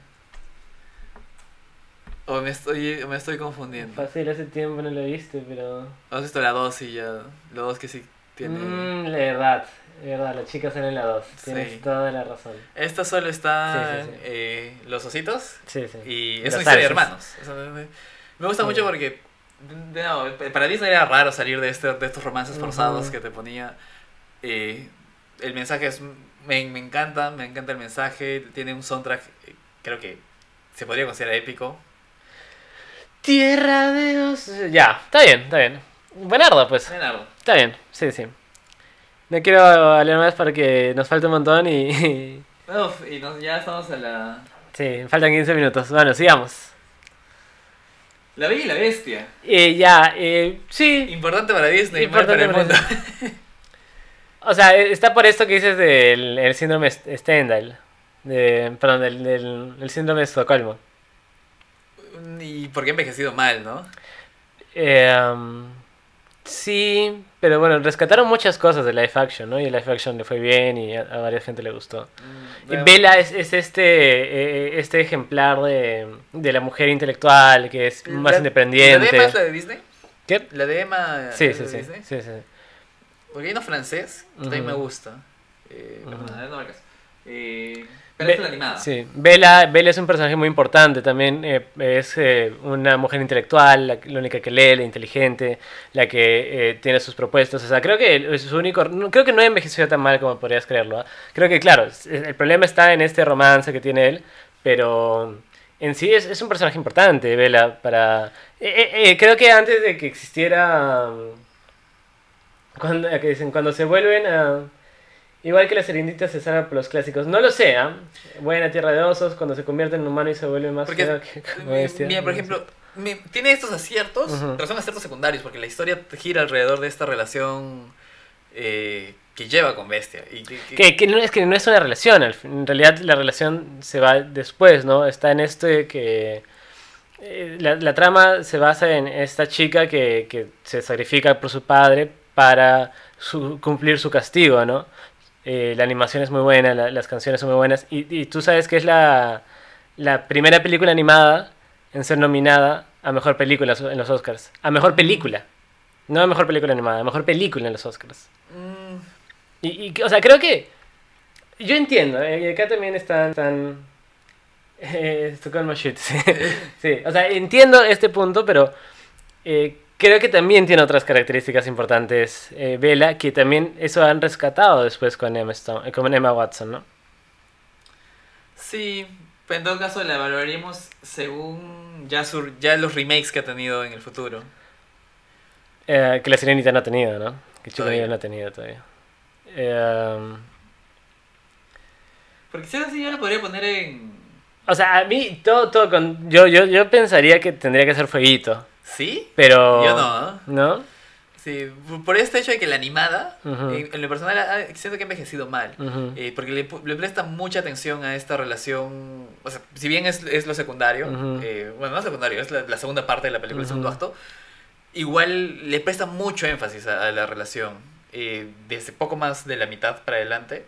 O me estoy confundiendo. Fácil, hace tiempo no lo viste, pero... ¿Has visto la 2 y ya? La 2 que sí tiene... La verdad, la chica sale en la 2. Tienes Sí. toda la razón. Esta solo está Sí, sí, los ositos Sí, sí. y Los es una historia de alces. hermanos. Me gusta Sí. mucho porque para Disney era raro salir de estos romances forzados Ujú. que te ponía. El mensaje me encanta el mensaje. Tiene un soundtrack, creo que se podría considerar épico. Tierra de osos. Ya, está bien. Buenardo, pues. Leonardo. Está bien, sí. No quiero hablar más porque nos falta un montón y... Uf, y ya estamos a la. sí, faltan 15 minutos. Bueno, sigamos. La Bella y la Bestia. Sí. Importante para Disney, Importante mal para el para mundo. O sea, está por esto que dices del el síndrome Stendhal. Perdón, el síndrome de Estocolmo. Y porque ha envejecido mal, ¿no? Sí, pero bueno, rescataron muchas cosas de live action, ¿no? Y el live action le fue bien y a varias gente le gustó. Y Bueno, Bella es este ejemplar de la mujer intelectual que es más ¿La de independiente. Emma es la de Disney? ¿Qué? ¿La de Emma Sí, es sí, de sí, Disney? sí. Porque hay uno francés que también me Ujú. gusta. Perdón, Ujú. no me caso. Pero es la animada. Sí, Bella es un personaje muy importante también. Es una mujer intelectual, la única que lee, la inteligente, la que tiene sus propuestas. O sea, creo que es su único. Creo que no envejeció tan mal como podrías creerlo. ¿Ah? Creo que, claro, el problema está en este romance que tiene él, pero en sí es un personaje importante, Bella, para. Creo que antes de que existiera. Que dicen, cuando se vuelven a... Igual que la Serendipia se salva por los clásicos. No lo sé, ¿ah? Buena Tierra de Osos, cuando se convierte en humano y se vuelve más Porque, feo que como bestia. mira, por ejemplo, tiene estos aciertos, pero son aciertos secundarios, porque la historia gira alrededor de esta relación que lleva con Bestia. Y Que no es una relación, en realidad la relación se va después, ¿no? Está en esto de que la trama se basa en esta chica que se sacrifica por su padre para cumplir su castigo, ¿no? La animación es muy buena, las canciones son muy buenas, y tú sabes que es la primera película animada en ser nominada a Mejor Película en los Oscars. A Mejor Película. No a Mejor Película Animada, a Mejor Película en los Oscars. O sea, creo que... Yo entiendo, acá también están... Estocolmo shit, sí. Sí. O sea, entiendo este punto, pero creo que también tiene otras características importantes Bella, que también eso han rescatado después con Emma Watson, ¿no? Sí, pero en todo caso la evaluaríamos según ya los remakes que ha tenido en el futuro. Que la Sirenita no ha tenido, ¿no? Que Chico Todavía. no ha tenido todavía. Porque si es así, yo lo podría poner en... O sea, a mí todo con... Yo pensaría que tendría que ser Fueguito. ¿Sí? Pero... Yo no. ¿No? Sí, por este hecho de que la animada, Ujú. en lo personal, siento que ha envejecido mal. Ujú. Porque le presta mucha atención a esta relación. O sea, si bien es lo secundario, Ujú. bueno, no secundario, es la segunda parte de la película, el segundo Ujú. acto. Igual le presta mucho énfasis a la relación. Desde poco más de la mitad para adelante.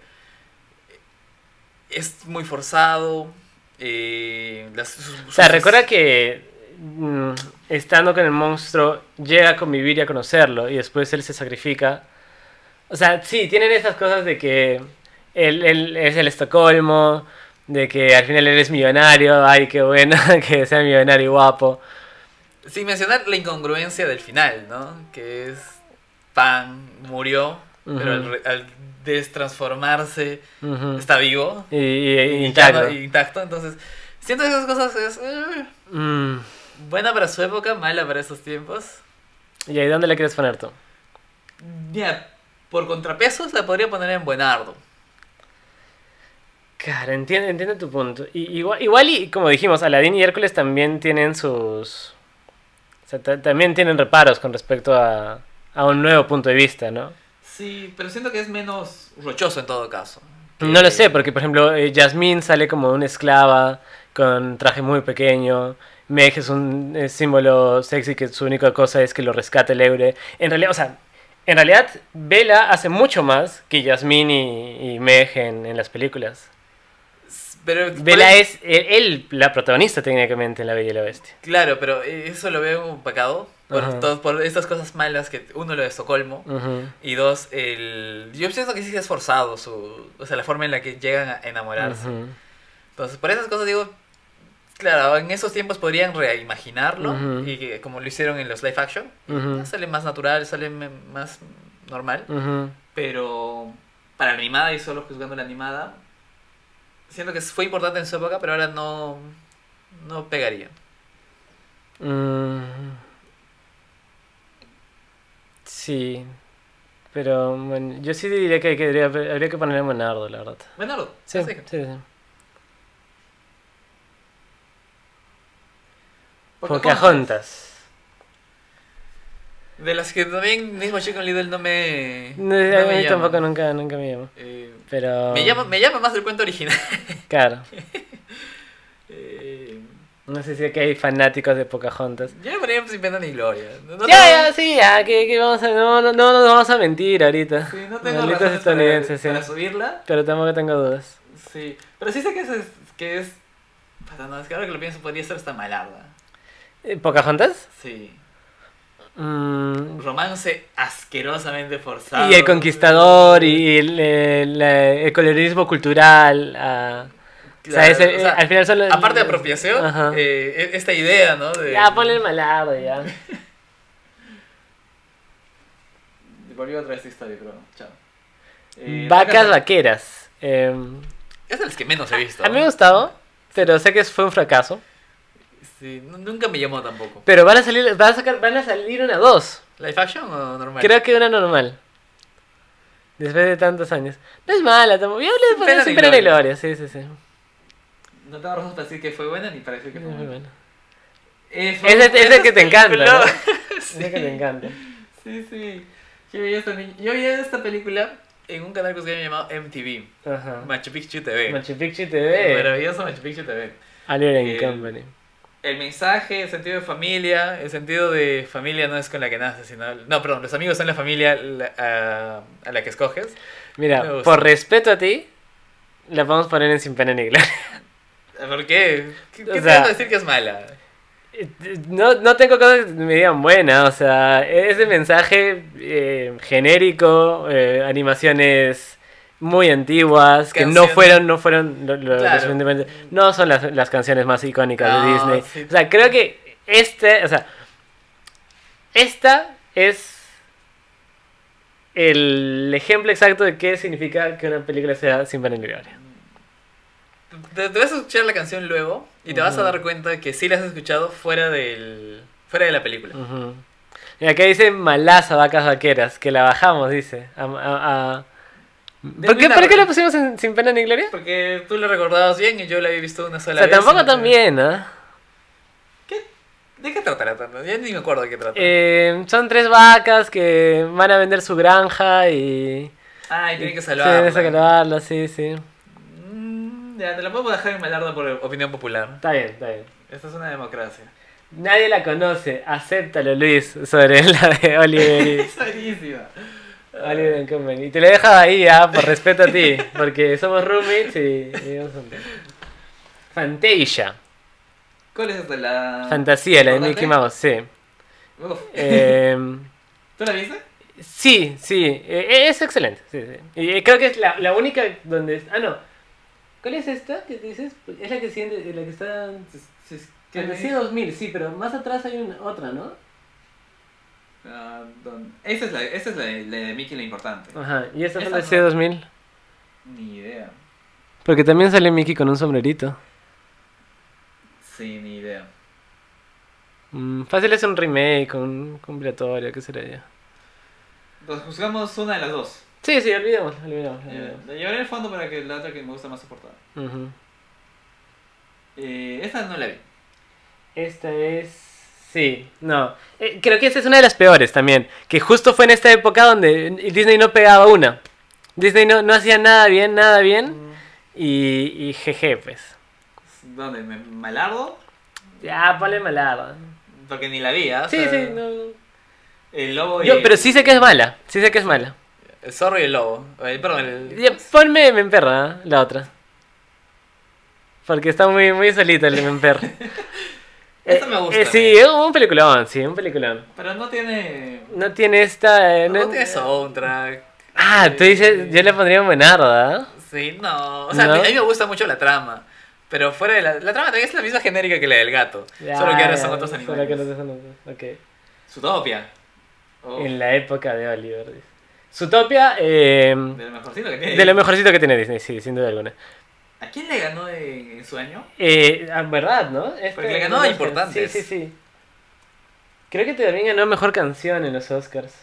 Es muy forzado. O sea, recuerda que estando con el monstruo llega a convivir y a conocerlo y después él se sacrifica. O sea, sí, tienen esas cosas de que él es el Estocolmo, de que al final él es millonario, ay, qué bueno que sea millonario y guapo. Sin mencionar la incongruencia del final, ¿no? Que es Pan murió, pero Ujú. al destransformarse Ujú. está vivo Y ya intacto. intacto. Entonces, siento que esas cosas es Mm. buena para su época, mala para esos tiempos. ¿Y ahí dónde le quieres poner tú? Ya, por contrapesos la podría poner en Buenardo. Claro, entiendo tu punto. Igual y como dijimos, Aladdin y Hércules también tienen sus... O sea, también tienen reparos con respecto a un nuevo punto de vista, ¿no? Sí, pero siento que es menos rochoso en todo caso. No lo sé, porque por ejemplo, Jasmine sale como una esclava con traje muy pequeño. Meg es un símbolo sexy que su única cosa es que lo rescate el Eure. En realidad, Bella hace mucho más que Jasmine y Meg en las películas. Pero Bella es la protagonista técnicamente en La Bella y la Bestia. claro, pero eso lo veo opacado Ajá. por estas cosas malas que uno lo de Estocolmo. Ujú. Y dos, yo pienso que sí es forzado o sea, la forma en la que llegan a enamorarse. Ujú. Entonces, por esas cosas digo, claro, en esos tiempos podrían reimaginarlo, Ujú. y como lo hicieron en los live action, Ujú. ya sale más natural, sale más normal, Ujú. pero para la animada y solo juzgando la animada, siento que fue importante en su época, pero ahora no pegaría. Mm. Sí, pero bueno, yo sí diría que habría que ponerle Monardo, la verdad. Buenardo, Sí, así sí, que, sí. Pocahontas. Pocahontas. De las que también mismo Chicken Little no me, No, no a me mí llama. tampoco nunca me llamó. Pero... Me llama más el cuento original. Claro. Eh, No sé si aquí hay fanáticos de Pocahontas. yo me ponía sin pena ni gloria. Ya, sí, ya, que vamos a... No nos vamos a mentir ahorita. Sí, no tengo Malditos razones estadounidenses, sí. para subirla. Pero tampoco tengo dudas. Sí, pero sí sé que es... Puta, no, es que ahora que lo pienso podría ser hasta malarda. ¿Pocahontas? Sí. Mm, Romance asquerosamente forzado. y el conquistador y el colorismo cultural. Claro, O sea, al final son los... aparte de apropiación, Ajá. esta idea, ¿no? Ya, ponle el malado, ya. Volví otra vez esta historia, pero chao. Vacas vaqueras. Es de las que menos he visto. A mí me ha gustado, pero sé que fue un fracaso. Sí, nunca me llamó tampoco. Pero van a salir una 2. ¿Live action o normal? Creo que una normal. Después de tantos años. No es mala tampoco. Yo le Sin pongo pena sin ni pena ni gloria. gloria, sí, sí, sí. No tengo razones para decir que fue buena ni para decir que fue Muy mala. buena. Fue- Es el que te encanta, película- ¿no? Sí. Es el que te encanta. Sí, sí. Yo vi esta película en un canal que se llamado MTV, Ajá. Machu Picchu TV. Machu Picchu TV. Maravilloso Machu Picchu TV. Oliver and El- Company. El mensaje, el sentido de familia, el sentido de familia no es con la que naces, sino... No, perdón, los amigos son la familia a la que escoges. Me Mira, gusta. por respeto a ti, la podemos poner en Sin Pena ni Gloria. ¿Por qué? ¿Qué O te sea- vas a decir que es mala? No tengo cosas que me digan buena, o sea, ese mensaje genérico, animaciones muy antiguas, que no Canciones. fueron lo Claro. suficientemente... No son las canciones más icónicas de No, Disney. sí. O sea, creo que esta es el ejemplo exacto de qué significa que una película sea Sin Pena ni Gloria. Te vas a escuchar la canción luego y te vas a Ujú. dar cuenta que sí la has escuchado fuera de la película. Ujú. Y acá dice Malaza, vacas vaqueras, que la bajamos, dice. ¿Por qué la pusimos Sin Pena ni Gloria? Porque tú la recordabas bien y yo la había visto una O sola sea, vez. tampoco y no tan te- bien, ¿no? ¿De qué trata la trama? Ya ni me acuerdo de qué trata. Son tres vacas que van a vender su granja y... Ah, y tienen que Sí, salvarla. tienen que salvarla, sí, sí. Ya, te la puedo dejar en Malarda por opinión popular. Está bien, está bien. Esta es una democracia. Nadie la conoce, acéptalo Luis, sobre la de Oliver y... Es buenísima. Oliver and Company. Y te lo he dejado ahí, por respeto a ti, porque somos roommates y vamos a juntar. Fantasia. ¿Cuál es esta? La... Fantasía, la de ¿Importante? Mickey Mouse, sí. Uf. Eh, ¿Tú la viste? sí, sí, es excelente. Sí, sí. Y creo que es la única donde... Ah, no. ¿Cuál es esta que dices? Es la que siente, la que está... ¿Qué me Fantasía 2000, sí, pero más atrás hay otra, ¿no? Esta es la de Mickey la importante. Ajá, y esta Esa Fantasía no. 2000. Ni idea. Porque también sale Mickey con un sombrerito. Sí, ni idea. Fácil es un remake, un compilatorio, ¿qué será ya? Pues juzgamos una de las dos. Sí, sí, olvidemos. La llevaré al fondo para que la otra que me gusta más soportar. Ujú. Esta no la vi. Esta es... Sí, no. Creo que esta es una de las peores también. Que justo fue en esta época donde Disney no pegaba una. Disney no hacía nada bien. Y jeje, pues. ¿Dónde? ¿Malardo? Ya, ponle malada. Porque ni la vi, ¿ah? O Sí, sea, sí, no. El lobo y Pero sí sé que es mala. Sí sé que es mala. el zorro y el lobo. Perdón, Ya, ponme Memperra, la otra. Porque está muy, muy solita el de Memperra. Esta me gusta. Sí, es un peliculón, sí, un peliculón. Pero no tiene... No tiene esta... No tiene soundtrack. Ah, tú dices, yo le pondría un buenardo, ¿ah? Sí, no. O sea, ¿No? a mí me gusta mucho la trama. Pero fuera de la trama también es la misma genérica que la del gato. Solo que ahora son otros Solo que animales. ahora son otros, ok. Zootopia. Oh, En la época de Oliver. Dice. Zootopia, de lo mejorcito que tiene. de lo mejorcito que tiene Disney, sí, sin duda alguna. ¿A quién le ganó en su año? ¿Verdad, no? Porque le ganó a importantes. Sí, sí, sí. Creo que también ganó mejor canción en los Oscars.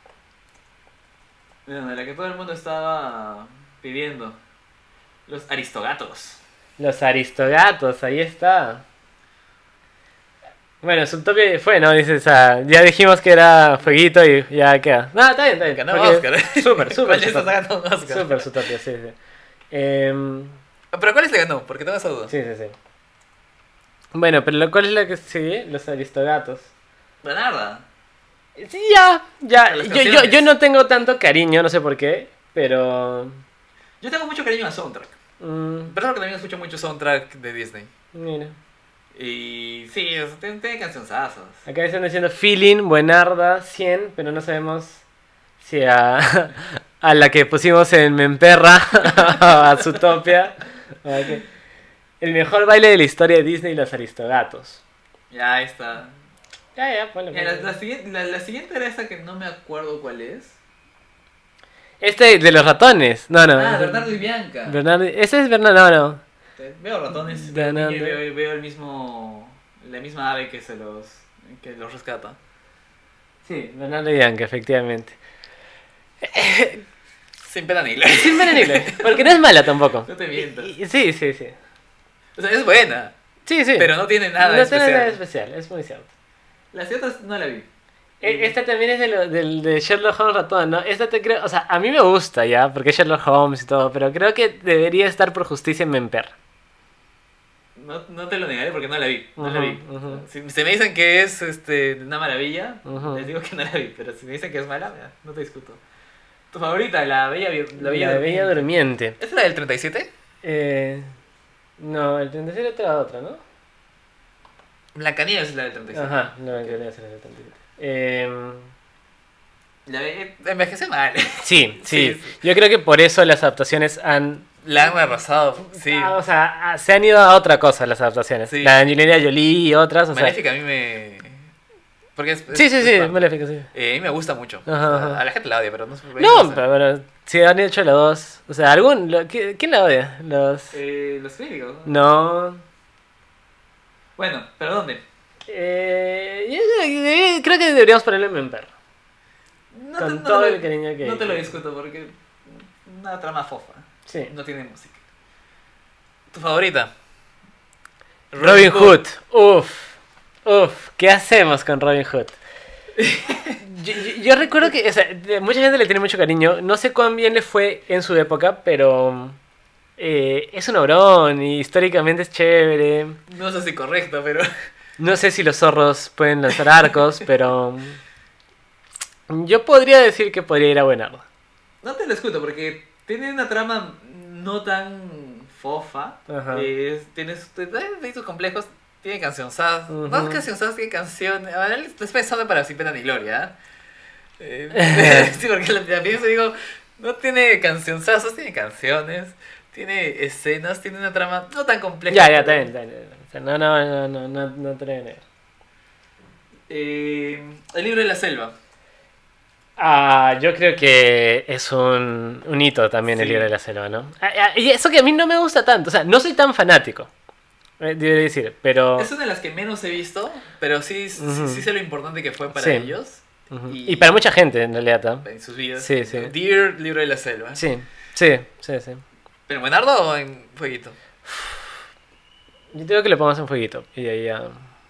Bueno, la que todo el mundo estaba pidiendo. Los Aristogatos. Los Aristogatos, ahí está. Bueno, Zootopia fue, ¿no? Dices, ya dijimos que era fueguito y ya queda. No, está bien, está bien. Ganó porque- Oscar. Súper, súper. ¿Cuál de estos Zootopia. ganó un Oscar? Súper Zootopia, sí, sí. ¿Pero cuáles le ganó? Porque tengo esa duda. Sí, sí, sí. Bueno, pero ¿cuál es la que sigue? Los Aristogatos. Bernarda. Sí, ya. Pero las Yo canciones. no tengo tanto cariño, no sé por qué, pero... Yo tengo mucho cariño al soundtrack. Pero que también escucho mucho soundtrack de Disney. Mira. Y sí, o sea, tiene cancionzazos. Acá están diciendo Feeling, Buenarda, 100, pero no sabemos si a la que pusimos en Memperra, a Zootopia. Ok. El mejor baile de la historia de Disney y los Aristogatos. Ya ahí está. Ya, ponle. Mira, la siguiente era esa que no me acuerdo cuál es. Este de los ratones. No. Bernardo y Bianca. Bernardo. Ese es Bernardo, no. Veo ratones, Bernardo. veo la misma ave que los rescata. Sí, Bernardo y Bianca, efectivamente. Sin pena ni gloria. Sin pena ni gloria. Porque no es mala tampoco. No te mientas. Sí, sí, sí. O sea, es buena, Sí, sí. pero no tiene nada No especial. tiene nada especial, es muy cierto. Las otras no la vi. Esta también es de Sherlock Holmes ratón, ¿no? Esta te creo, o sea, a mí me gusta ya, porque es Sherlock Holmes y todo, pero creo que debería estar por justicia en Memper. No te lo negaré porque no la vi. No la vi. Ujú. Si me dicen que es una maravilla, Ujú. les digo que no la vi. Pero si me dicen que es mala, mira, no te discuto. ¿Tu favorita? La Bella Durmiente. ¿Es la del 37? No, el 37 era otra, ¿no? Blancanieves es la del 37. Ajá, no, el que debe ser el 37. Envejece mal. Sí, sí, Sí. yo creo que por eso las adaptaciones han... La han arrasado, sí. O sea, se han ido a otra cosa las adaptaciones. Sí. La de Angelina Jolie y otras, o sea... Maléfica a mí me... Porque Sí, sí, sí, fan. Maléfica, sí. A mí me gusta mucho. Ajá, O sea, ajá. a la gente la odia, pero no sé por qué. No, pero si han hecho la 2. O sea, ¿quién la odia? Los críticos, ¿no? No. Bueno, ¿pero dónde? Yo creo que deberíamos ponerle en Memper. No Con no todo lo- el cariño que... No te lo discuto porque una trama fofa. Sí. No tiene música. ¿Tu favorita? Robin Hood. Uf, ¿qué hacemos con Robin Hood? Yo recuerdo que, o sea, mucha gente le tiene mucho cariño. No sé cuán bien le fue en su época, pero es un obrón y históricamente es chévere. No sé si correcto, pero... No sé si los zorros pueden lanzar arcos, pero yo podría decir que podría ir a Buenardo. No te lo discuto porque tiene una trama no tan fofa. Ajá. Tiene sus complejos. Tiene cancionzadas. Ujú. No cancionzadas, tiene canciones. A ver, estoy pensando para Sin Pena ni Gloria. Sí, porque la pienso y digo, no tiene cancionzazos, tiene canciones. Tiene escenas, tiene una trama no tan compleja. Ya, está bien, está bien. O sea, no te lo voy a negar. El libro de la selva. Yo creo que es un hito también el Sí. libro de la selva, ¿no? Y eso que a mí no me gusta tanto, o sea, no soy tan fanático, debería decir, pero... Es una de las que menos he visto, pero sí, Ujú. sí sé lo importante que fue para Sí. ellos Ujú. y- Y para mucha gente, en realidad, ¿no? en sus vidas. Sí, sí. Dear, libro de la selva. Sí, sí, sí, sí. ¿Pero en Buenardo o en Fueguito? Yo creo que le pongas un fueguito, y de ahí ya...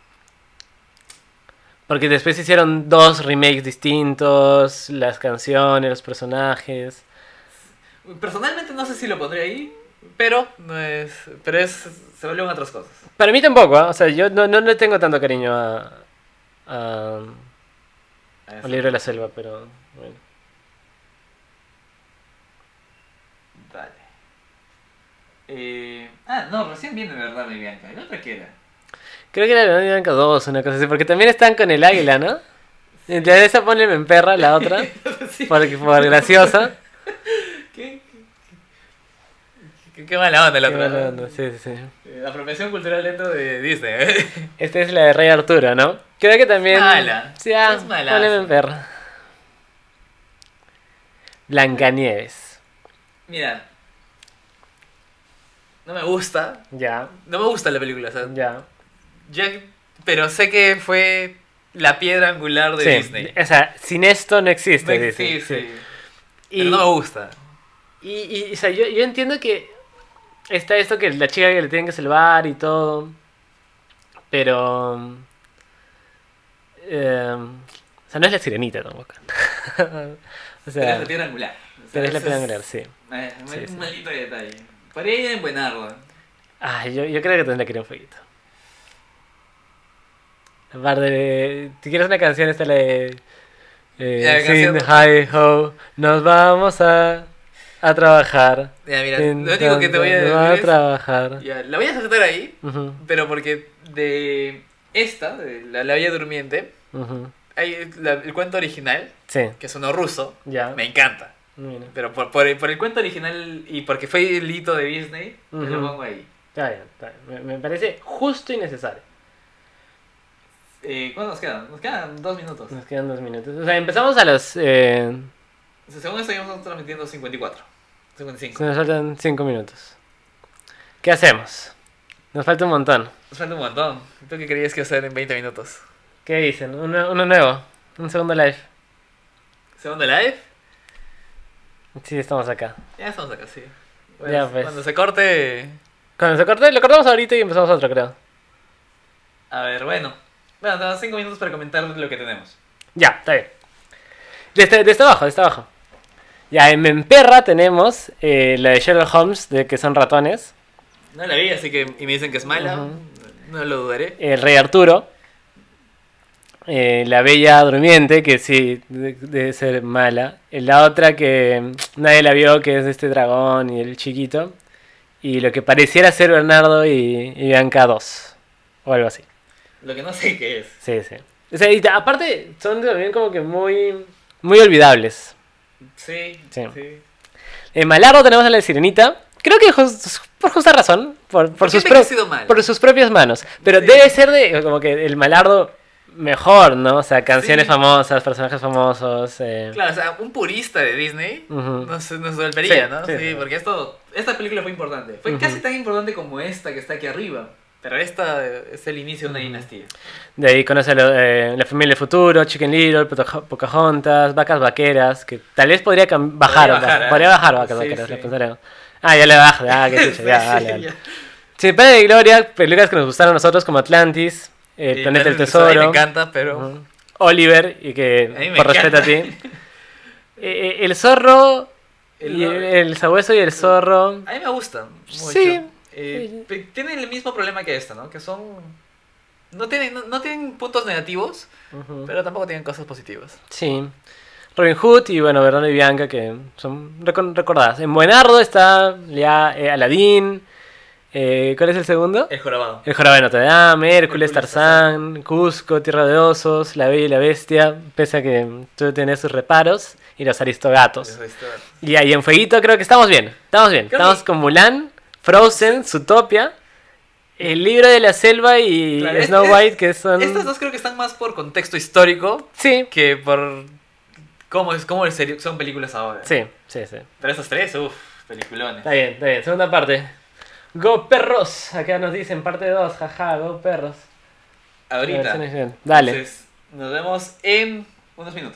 Porque después hicieron 2 remakes distintos, las canciones, los personajes... Personalmente no sé si lo pondré ahí, pero no es, pero es se vuelven otras cosas. Para mí tampoco, ¿ah? O sea, yo no le tengo tanto cariño al libro de la selva, pero bueno. Dale. No, recién viene Verdad y Bianca. ¿El otro qué era? Creo que era la Blanca 2, una cosa así, porque también están con el águila, ¿no? Entonces esa pone en perra, la otra, Sí. por graciosa. Qué mala onda la Qué otra. mala onda, sí, sí, sí. Apropiación cultural dentro de Disney. Esta es la de Rey Arturo, ¿no? Creo que también... Mala. Sí, Es malaza. ponle en perra. Blancanieves. Mira. No me gusta. Ya, No me gusta la película, o sea, ya. pero sé que fue la piedra angular de Sí, Disney. o sea, sin esto no existe Disney. Sí, sí. Y, Pero no me gusta. o sea, yo entiendo que está esto que la chica que le tienen que salvar y todo. Pero... o sea, no es la sirenita tampoco. o Pero es la sea, piedra angular. O sea, pero es la eso piedra angular, sí. Sí, Un sí. maldito detalle. Podría ir en Buenardo. Yo creo que tendría que ir un fueguito. Aparte de... Si quieres una canción, esta la de... Ya, la Sin canción. hi ho, nos vamos a trabajar. Ya, mira, lo único que te voy a Nos vamos decir a es... trabajar. Ya, la voy a saltar ahí, Ujú, pero porque de esta, de La Bella Durmiente, ujú. hay el cuento original, Sí, que sonó ruso, ya. me encanta. Mira. Pero por el cuento original y porque fue el hito de Disney, yo lo Ujú. pongo ahí. Está bien, está bien. Me parece justo y necesario. ¿Cuánto nos quedan? Nos quedan 2 minutos. Nos quedan 2 minutos. O sea, empezamos a los... O sea, según esto, ya estamos transmitiendo 54. 55. Se nos faltan 5 minutos. ¿Qué hacemos? Nos falta un montón. Nos falta un montón. ¿Tú qué creías que iba a hacer en 20 minutos? ¿Qué dicen? Uno nuevo. Un segundo live. ¿Segundo live? Sí, estamos acá. Ya estamos acá, sí. Ya, pues. Cuando se corte... Cuando se corte, lo cortamos ahorita y empezamos otro, creo. A ver, bueno. Bueno, tenemos 5 minutos para comentar lo que tenemos. Ya, está bien. De este abajo. Ya, en Perra tenemos la de Sherlock Holmes, de que son ratones. No la vi, así que... Y me dicen que es mala. Ujú. No lo dudaré. El Rey Arturo. La Bella Durmiente, que sí, debe ser mala. La otra que nadie la vio, que es este dragón y el chiquito. Y lo que pareciera ser Bernardo y Bianca 2. O algo así. Lo que no sé qué es. Sí, sí. O sea, y aparte son también como que muy olvidables. Sí, Sí. sí. En Malardo tenemos a la Sirenita. Creo que por justa razón. Por qué sus, ha envejecido mal? por sus propias manos. Pero Sí. debe ser de como que el Malardo mejor, ¿no? O sea, canciones Sí. famosas, personajes famosos. Claro, o sea, un purista de Disney Ujú. nos volvería, Sí, ¿no? sí, Sí, sí. porque esta película fue importante. Fue Ujú. casi tan importante como esta que está aquí arriba. Pero esta es el inicio de una dinastía. De ahí conoce la familia del futuro, Chicken Little, Pocahontas, Vacas Vaqueras, que tal vez podría bajar, podría bajar Vacas Sí, Vaqueras, sí. lo pensaremos. Ah, ya le bajo, qué chucha, ya, Sí, dale, dale. ya. Sí, Padre de Gloria, películas que nos gustaron a nosotros como Atlantis, Y Planeta del a mí Tesoro, me encanta, pero... ujú, Oliver, y A mí que me por respeto a encanta. ti. El zorro, El- el sabueso y el zorro. A mí me gustan mucho. Sí. Tienen el mismo problema que esta, ¿no? Que son... No tienen puntos negativos, Ujú. pero tampoco tienen cosas positivas. Sí. Robin Hood y bueno, Bernardo y Bianca que son recordadas. En Buenardo está ya Aladdin. ¿Cuál es el segundo? El jorobado. El Jorobado de Notre Dame, Hércules, Hércules, Tarzán, Cusco, Tierra de Osos, La Bella y la Bestia, pese a que tú tenés sus reparos, y los Aristogatos. Eso es todo. Y ahí en Fueguito creo que estamos bien, Creo estamos que- con Mulan, Frozen, Zootopia, El Libro de la Selva y Claro, Snow White, que son... Estas dos creo que están más por contexto histórico Sí, que por cómo son películas ahora. sí. Pero esas tres, uff, peliculones. Está bien, segunda parte. Go perros, acá nos dicen parte 2, jaja, go perros. Ahorita. Dale. Entonces, nos vemos en unos minutos.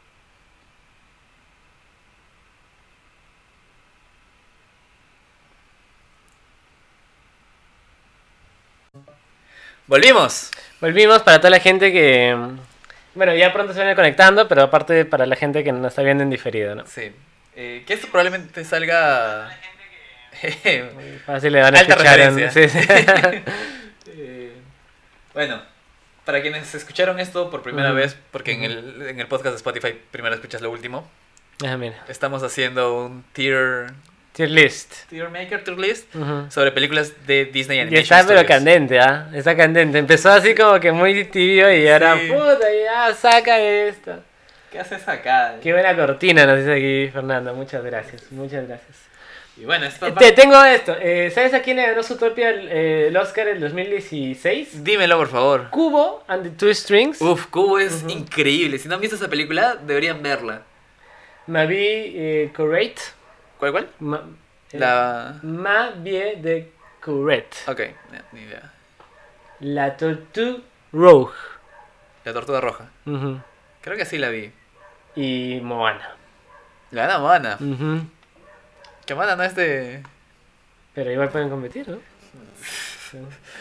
Volvimos. Volvimos para toda la gente que... Bueno, ya pronto se viene conectando, pero aparte para la gente que nos está viendo en diferido, ¿no? Sí. Que esto probablemente salga... Muy fácil le van a Alta escuchar referencia. Sí, sí. Bueno, para quienes escucharon esto por primera Ujú. vez, porque en el podcast de Spotify primero escuchas lo último, Ah, mira. estamos haciendo un tier Tier list. maker, tier list, Ujú. sobre películas de Disney Y Animation está pero Studios. candente, ¿ah? Está candente. Empezó así como que muy tibio y ahora, Sí. puta, ya, saca esto. ¿Qué haces acá? Qué buena cortina nos dice aquí Fernando. Muchas gracias, muchas gracias. Y bueno, esto Tengo esto. ¿Sabes a quién le ganó Zootopia el Oscar en 2016? dímelo por favor. Cubo and the Two Strings. Uf, Cubo es Ujú. increíble. Si no han visto esa película, deberían verla. Mavi Curate. ¿Cuál? Ma, La... de Curate. Ok, ni idea. La Tortue Rogue. La Tortuga Roja. Ujú. Creo que sí la vi. Y Moana. La gana Moana. Ujú. Que Moana no es de... Pero igual pueden competir, ¿no? Sí.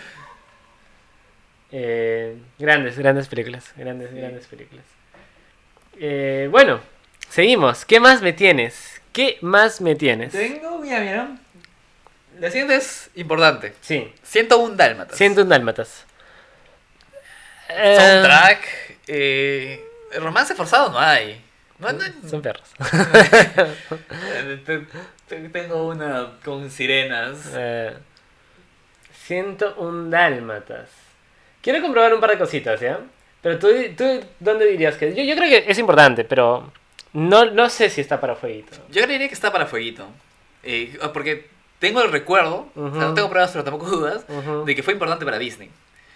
Grandes películas. Grandes películas. Bueno, seguimos. ¿Qué más me tienes? Tengo, mira. La siguiente es importante. Sí, 101 Dálmatas. 101 Dálmatas. Soundtrack. Romance forzado no hay. Son perros. Tengo una con sirenas. 101 Dálmatas. Quiero comprobar un par de cositas, ¿ya? Pero tú ¿dónde dirías que...? Yo creo que es importante, pero no sé si está para fueguito. Yo creería que está para fueguito. Porque tengo el recuerdo, o sea, no tengo pruebas, pero tampoco dudas, Ujú. de que fue importante para Disney.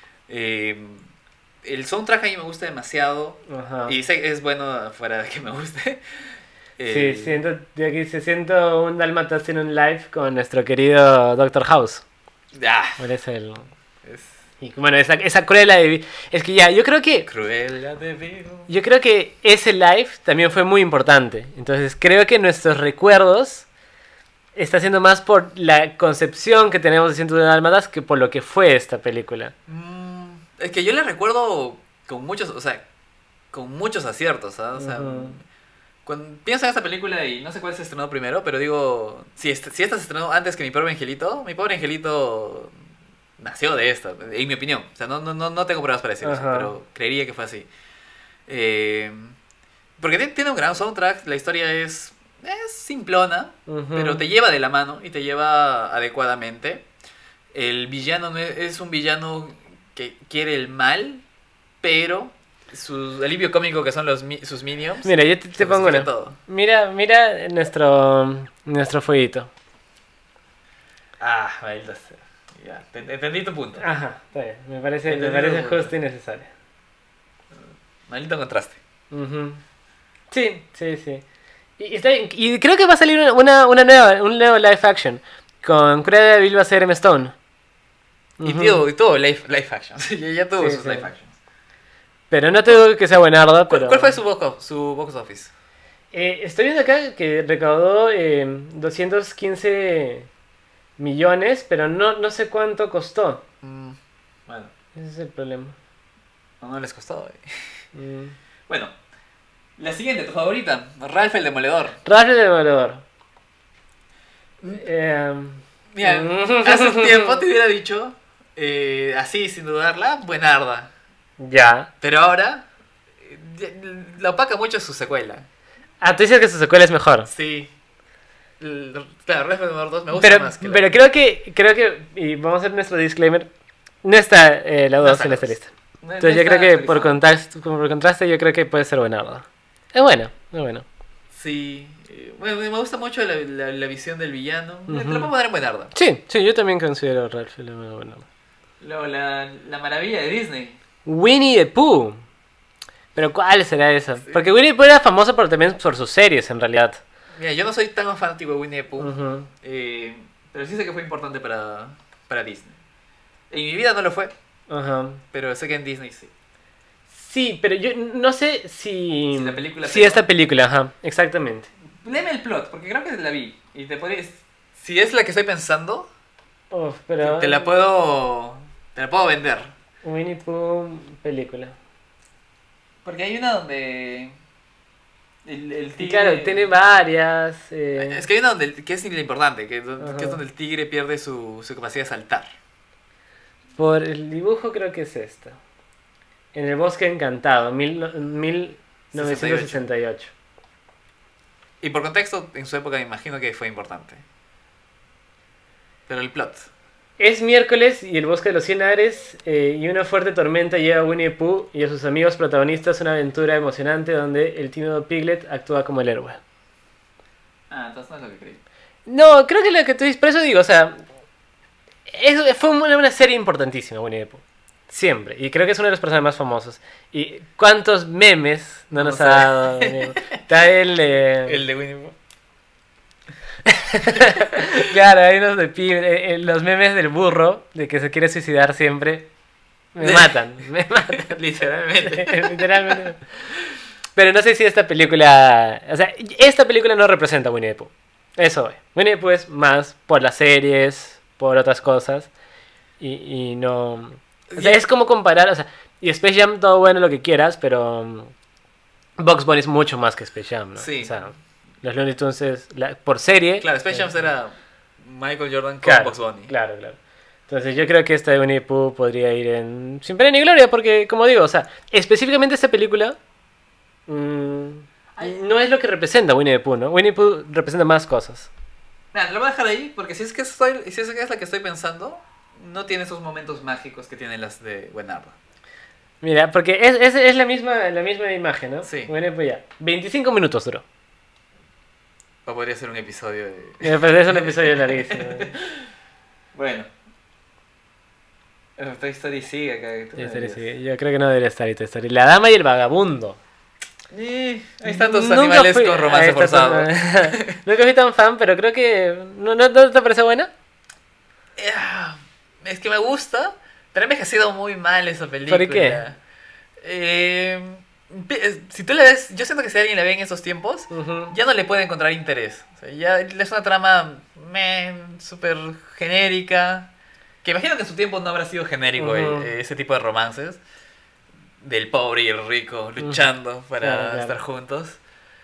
El soundtrack a mí me gusta demasiado. Ajá. Y sé que es bueno fuera de que me guste. Sí, de aquí se siento un Dálmatas en un live con nuestro querido Doctor House. Ah, Él es el... es Y bueno, esa Cruella de Vil. Es que ya, Cruella de Vil. yo creo que ese live también fue muy importante. Entonces creo que nuestros recuerdos está siendo más por la concepción que tenemos de 101 Dálmatas que por lo que fue esta película. Es que yo le recuerdo con muchos, o sea, con muchos aciertos, ¿sabes? O sea, Ujú. cuando pienso en esta película y no sé cuál se estrenó primero, pero digo, si esta se estrenó antes que Mi Pobre Angelito nació de esta, en mi opinión. O sea, no tengo pruebas para decir eso, Ajá. pero creería que fue así. Eh, porque tiene un gran soundtrack, la historia es simplona, Ujú. pero te lleva de la mano y te lleva adecuadamente. El villano no es un villano que quiere el mal, pero su alivio cómico que son sus minions. Mira, yo te se pongo justifica una. todo. Mira nuestro fueguito. Maldita sea. Ya, entendí tu punto. Ajá, está bien. Me parece Entendido, punto. justo y necesario. Maldito contraste. Ujú. Sí. Y está bien. Y creo que va a salir un nuevo live action. Con Cruella de Vil va a ser Emma Stone. Ujú. Y tuvo live action. Ya tuvo Sí, sus sí. live actions. Pero no te digo que sea buenarda, pero... ¿Cuál fue su box office? Estoy viendo acá que recaudó 215 millones, pero no sé cuánto costó. Bueno, Ese es el problema. no les costó. Mm. Bueno, la siguiente, tu favorita. Ralph el Demoledor. Ralph el Demoledor. Mira, hace un tiempo te hubiera dicho, así sin dudarla, buenarda. Ya. Pero ahora, la opaca mucho su secuela. Ah, tú dices que su secuela es mejor. Sí. Claro, Ralph el Demoledor 2 me gusta Pero, más que la... pero creo que, y vamos a hacer nuestro disclaimer, no está la 2 está en la esta dos. lista. No Entonces yo está creo que por actualizado. contraste yo creo que puede ser buenarda. Es bueno. Sí. Bueno, me gusta mucho la visión del villano. Te Ujú. la puedo poner en buenarda. Sí, yo también considero Ralph el Demoledor buenarda. Luego, la maravilla de Disney. Winnie the Pooh. Pero ¿cuál será esa? Porque Winnie the Pooh era famoso también por sus series, en realidad. Mira, yo no soy tan fanático de Winnie the Pooh, Ujú. pero sí sé que fue importante para Disney. En mi vida no lo fue, Ajá. pero sé que en Disney sí. Sí, pero yo no sé si... Si la película Sí, pegó. esta película, ajá, exactamente. Léeme el plot, porque creo que la vi. Y te podría... Si es la que estoy pensando, Uf, pero... te la puedo vender. Winnie Pooh, película. Porque hay una donde... El Y tigre... claro, tiene varias... Es que hay una donde que es lo importante, que es Ajá. donde el tigre pierde su capacidad de saltar. Por el dibujo creo que es esta. En el bosque encantado, 1968. Y por contexto, en su época me imagino que fue importante. Pero el plot. Es miércoles y el bosque de los 100 ares y una fuerte tormenta lleva a Winnie the Pooh y a sus amigos protagonistas a una aventura emocionante donde el tímido Piglet actúa como el héroe. Entonces no es lo que creí. No, creo que lo que tú dices, por eso digo, o sea, fue una serie importantísima Winnie the Pooh. Siempre. Y creo que es uno de los personajes más famosos. ¿Y cuántos memes no nos ha dado? Winnie the Pooh? Está El de Winnie the Pooh. Claro, hay unos de los memes del burro, de que se quiere suicidar siempre. Me matan. Literalmente. Literalmente. Pero no sé si esta película... O sea, esta película no representa a Winnie the Pooh. Eso es. Winnie the Pooh es más por las series, por otras cosas. Y no... O sea, es como comparar... O sea, y Space Jam, todo bueno, lo que quieras, pero... Bugs Bunny es mucho más que Space Jam, ¿no? Sí. O sea, los Looney Tunes es por serie... Claro, Space Jam era Michael Jordan con Claro, Bugs Bunny. claro. Entonces yo creo que esta de Winnie the Pooh podría ir en Sin Pena ni Gloria, porque como digo, o sea, específicamente esta película no es lo que representa Winnie the Pooh, ¿no? Winnie the Pooh representa más cosas. Mira, te lo voy a dejar ahí porque si es que es la que estoy pensando, no tiene esos momentos mágicos que tienen las de Buenarda. Mira, porque es la misma imagen, ¿no? Sí. Winnie the Pooh ya. 25 minutos duró. O podría ser un episodio de... Me parece un episodio larguísimo. Bueno. Toy Story sigue acá. Toy Story sigue. Yo creo que no debería estar ahí Toy Story. La dama y el vagabundo. Ahí están dos Nunca animales fui- con Ahí romance está forzado. Nunca fui tan fan, pero creo que... ¿No te parece buena? Es que me gusta, Pero ha envejecido muy mal esa película. ¿Por qué? Si tú la ves, yo siento que si alguien la ve en esos tiempos, Ujú. ya no le puede encontrar interés. O sea, ya es una trama súper genérica. Que imagino que en su tiempo no habrá sido genérico Ujú. ese tipo de romances. Del pobre y el rico luchando para Claro, claro. estar juntos.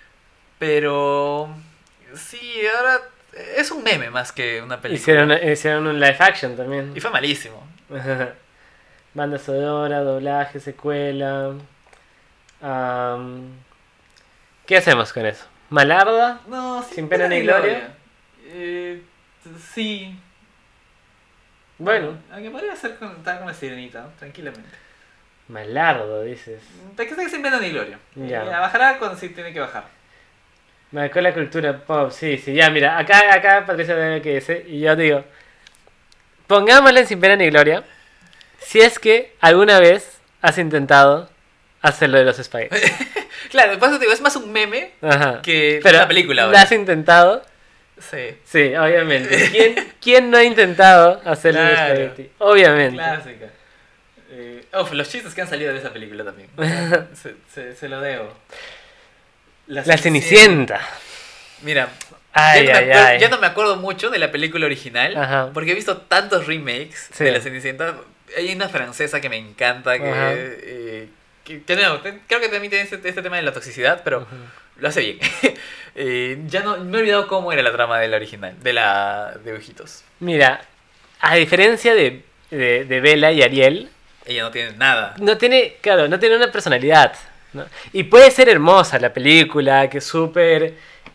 Pero sí, ahora es un meme más que una película. Hicieron un live action también. Y fue malísimo. Banda sonora, doblaje, secuela. Am, ¿Qué hacemos con eso? ¿Malarda? No, ¿Sin pena ni gloria? Eh, sí. Bueno, Aunque podría ser tal con la sirenita, ¿no? Tranquilamente. Malardo, dices. ¿De qué está sin pena ni gloria? Ya. Bajará cuando sí tiene que bajar. Marcó la cultura pop, sí, sí, ya, mira, acá Patricia tiene que decir, y yo digo, pongámosle sin pena ni gloria, si es que alguna vez has intentado hacer lo de los espaguetis. Claro, por eso te digo, es más un meme Ajá. que Pero, una película. ¿la ahora. has intentado? Sí. Sí, obviamente. ¿Quién no ha intentado hacer lo de Claro. espagueti? Obviamente. Clásica. Los chistes que han salido de esa película también. Se lo debo. La Cenicienta. Mira, Ay, ay, ay. ya no me acuerdo mucho de la película original. Ajá. Porque he visto tantos remakes Sí. de La Cenicienta. Hay una francesa que me encanta. Ajá. Que no, creo que también tiene este tema de la toxicidad, pero Ujú. lo hace bien. Ya no me he olvidado cómo era la trama de la original, de la de Ojitos. Mira, a diferencia de Bella y Ariel, Ella no tiene nada. no tiene, claro, no tiene una personalidad, ¿no? Y puede ser hermosa la película, que es súper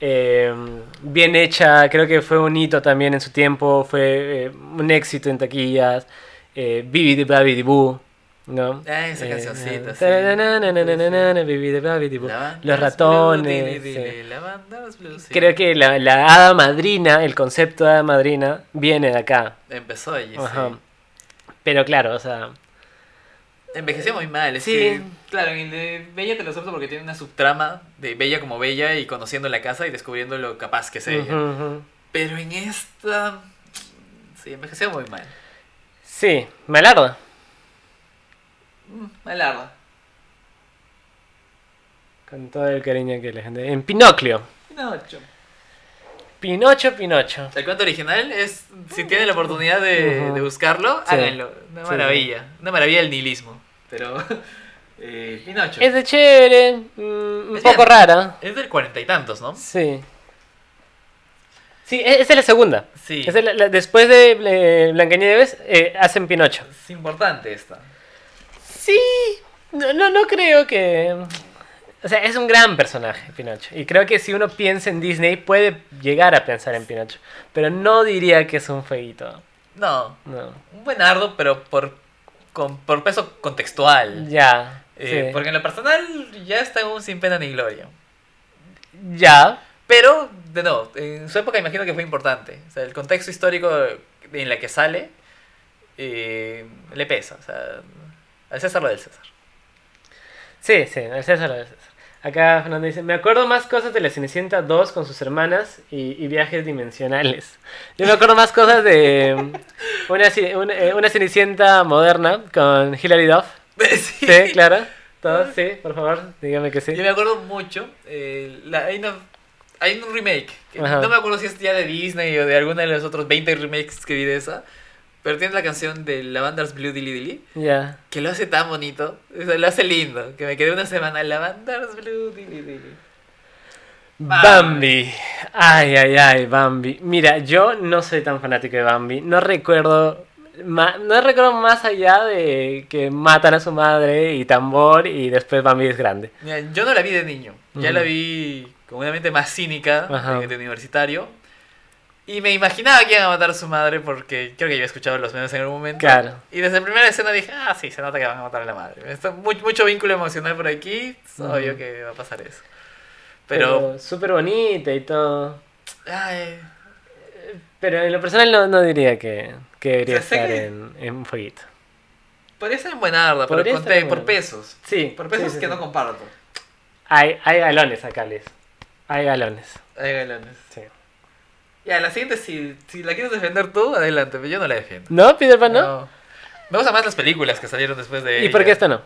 bien hecha, creo que fue un hito también en su tiempo, fue un éxito en taquillas, Bibi de Babi Boo, ¿no? Ah, esa cancioncita, sí. Tananana, Bibi de Babi Boo. Los ratones. Sí. Lavandas Blue, sí. Creo que la hada madrina, el concepto de hada madrina, viene de acá. Empezó allí, Ajá. sí. Pero claro, o sea, Envejeció muy mal, es Sí. que, claro, en el de Bella te lo acepto porque tiene una subtrama de Bella como Bella y conociendo la casa y descubriendo lo capaz que es ella. ujú, ujú. Pero en esta, sí, envejeció muy mal. Sí, Malarda. Malarda. Con todo el cariño que la gente. En Pinocchio. Pinocho. Pinocho. El cuento original es, si tienen la oportunidad de Ujú. buscarlo, Sí. háganlo. Una Sí, maravilla. Una maravilla del nihilismo. Pero, Pinocho. Es de chévere, un Es poco bien. rara. Es del 40 y tantos, ¿no? Sí. Sí, esa es la segunda. Sí. Esa es después de Blancanieves, hacen Pinocho. Es importante esta. Sí, no creo que... O sea, es un gran personaje, Pinocho. Y creo que si uno piensa en Disney, puede llegar a pensar en Pinocho. Pero no diría que es un feíto. No, No. un buenardo, pero por peso contextual. Ya. Sí. Porque en lo personal ya está en un sin pena ni gloria. Ya. Pero, de nuevo, en su época imagino que fue importante. O sea, el contexto histórico en la que sale le pesa. O sea, al César lo del César. Sí, el César lo del César. Acá Fernando dice, me acuerdo más cosas de la Cenicienta 2 con sus hermanas y viajes dimensionales. Yo me acuerdo más cosas de una Cenicienta moderna con Hilary Duff. Sí. Sí, claro. Todos, sí, por favor, dígame que sí. Yo me acuerdo mucho. Hay un remake. Que Ajá. no me acuerdo si es ya de Disney o de alguna de los otros 20 remakes que vi de esa. Pero tiene la canción de Lavander's Blue Dilly Dilly. Ya. Que lo hace tan bonito. O sea, lo hace lindo. Que me quedé una semana. Lavander's Blue Dilly Dilly. Bambi. Ay, Bambi. Mira, yo no soy tan fanático de Bambi. No recuerdo más allá de que matan a su madre y tambor y después Bambi es grande. Mira, yo no la vi de niño. Ya Ujú. la vi con una mente más cínica Ajá. de universitario. Y me imaginaba que iban a matar a su madre porque creo que yo había escuchado los memes en algún momento. Claro. Y desde la primera escena dije, sí, se nota que van a matar a la madre. Está mucho vínculo emocional por aquí. Es Ujú. obvio que va a pasar eso. Pero súper bonita y todo. Ay, Pero en lo personal no diría que debería O sea, sé estar que- en un fueguito. podría ser en buenarda, pero Podría estar en por buenarda. pesos. Sí. Por pesos sí, sí, que sí. no comparto. Hay galones acá, Liz. Hay galones. Ay, galones. Sí. Ya, la siguiente, si la quieres defender tú, adelante, pero yo no la defiendo. ¿No, Peter Pan, no? Me gustan más las películas que salieron después de ¿Y por qué ella. esto no?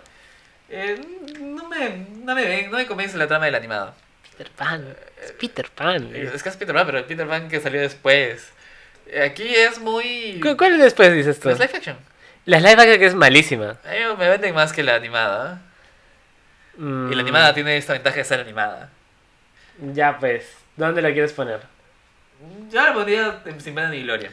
No me convence la trama de la animada. Peter Pan. Es Peter Pan. Es que es Peter Pan, pero el Peter Pan que salió después. Aquí es muy... ¿Cuál después dices tú? Es live action. La live action que es malísima. A mí me venden más que la animada. Y la animada tiene esta ventaja de ser animada. Ya pues, ¿dónde la quieres poner? Yo la pondría sin pena ni gloria.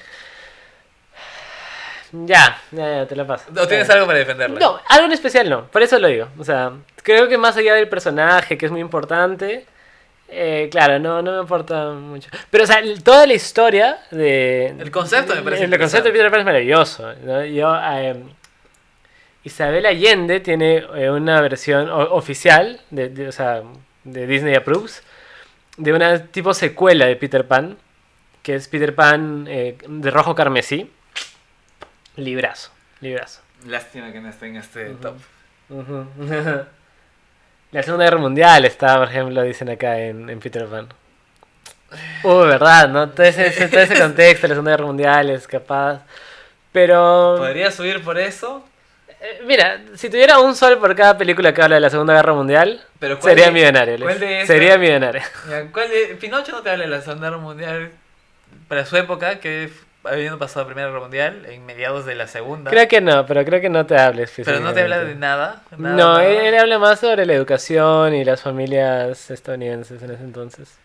Ya, te la paso. ¿O tienes algo para defenderla? No, algo en especial no, por eso lo digo. O sea, creo que más allá del personaje, que es muy importante, claro, no me importa mucho. Pero, o sea, toda la historia de... El concepto me parece El concepto de Peter Pan es maravilloso, ¿no? Isabel Allende tiene una versión oficial, o sea, de Disney Approves, de una tipo secuela de Peter Pan, que es Peter Pan de rojo carmesí. Librazo. Lástima que no esté en este top. Ujú. La Segunda Guerra Mundial está, por ejemplo, dicen acá en Peter Pan. Verdad, ¿no? Todo ese contexto de la Segunda Guerra Mundial es capaz. Pero... ¿Podría subir por eso? Mira, si tuviera un sol por cada película que habla de la Segunda Guerra Mundial, Pero ¿cuál sería de- millonario. cuál de esas? Sería millonario. Ya, Pinocho no te habla de la Segunda Guerra Mundial para su época, que habiendo pasado la Primera Guerra Mundial, en mediados de la Segunda. Creo que no, pero creo que no te hables Pero no te habla de específicamente. nada. No, él habla más sobre la educación y las familias estadounidenses en ese entonces.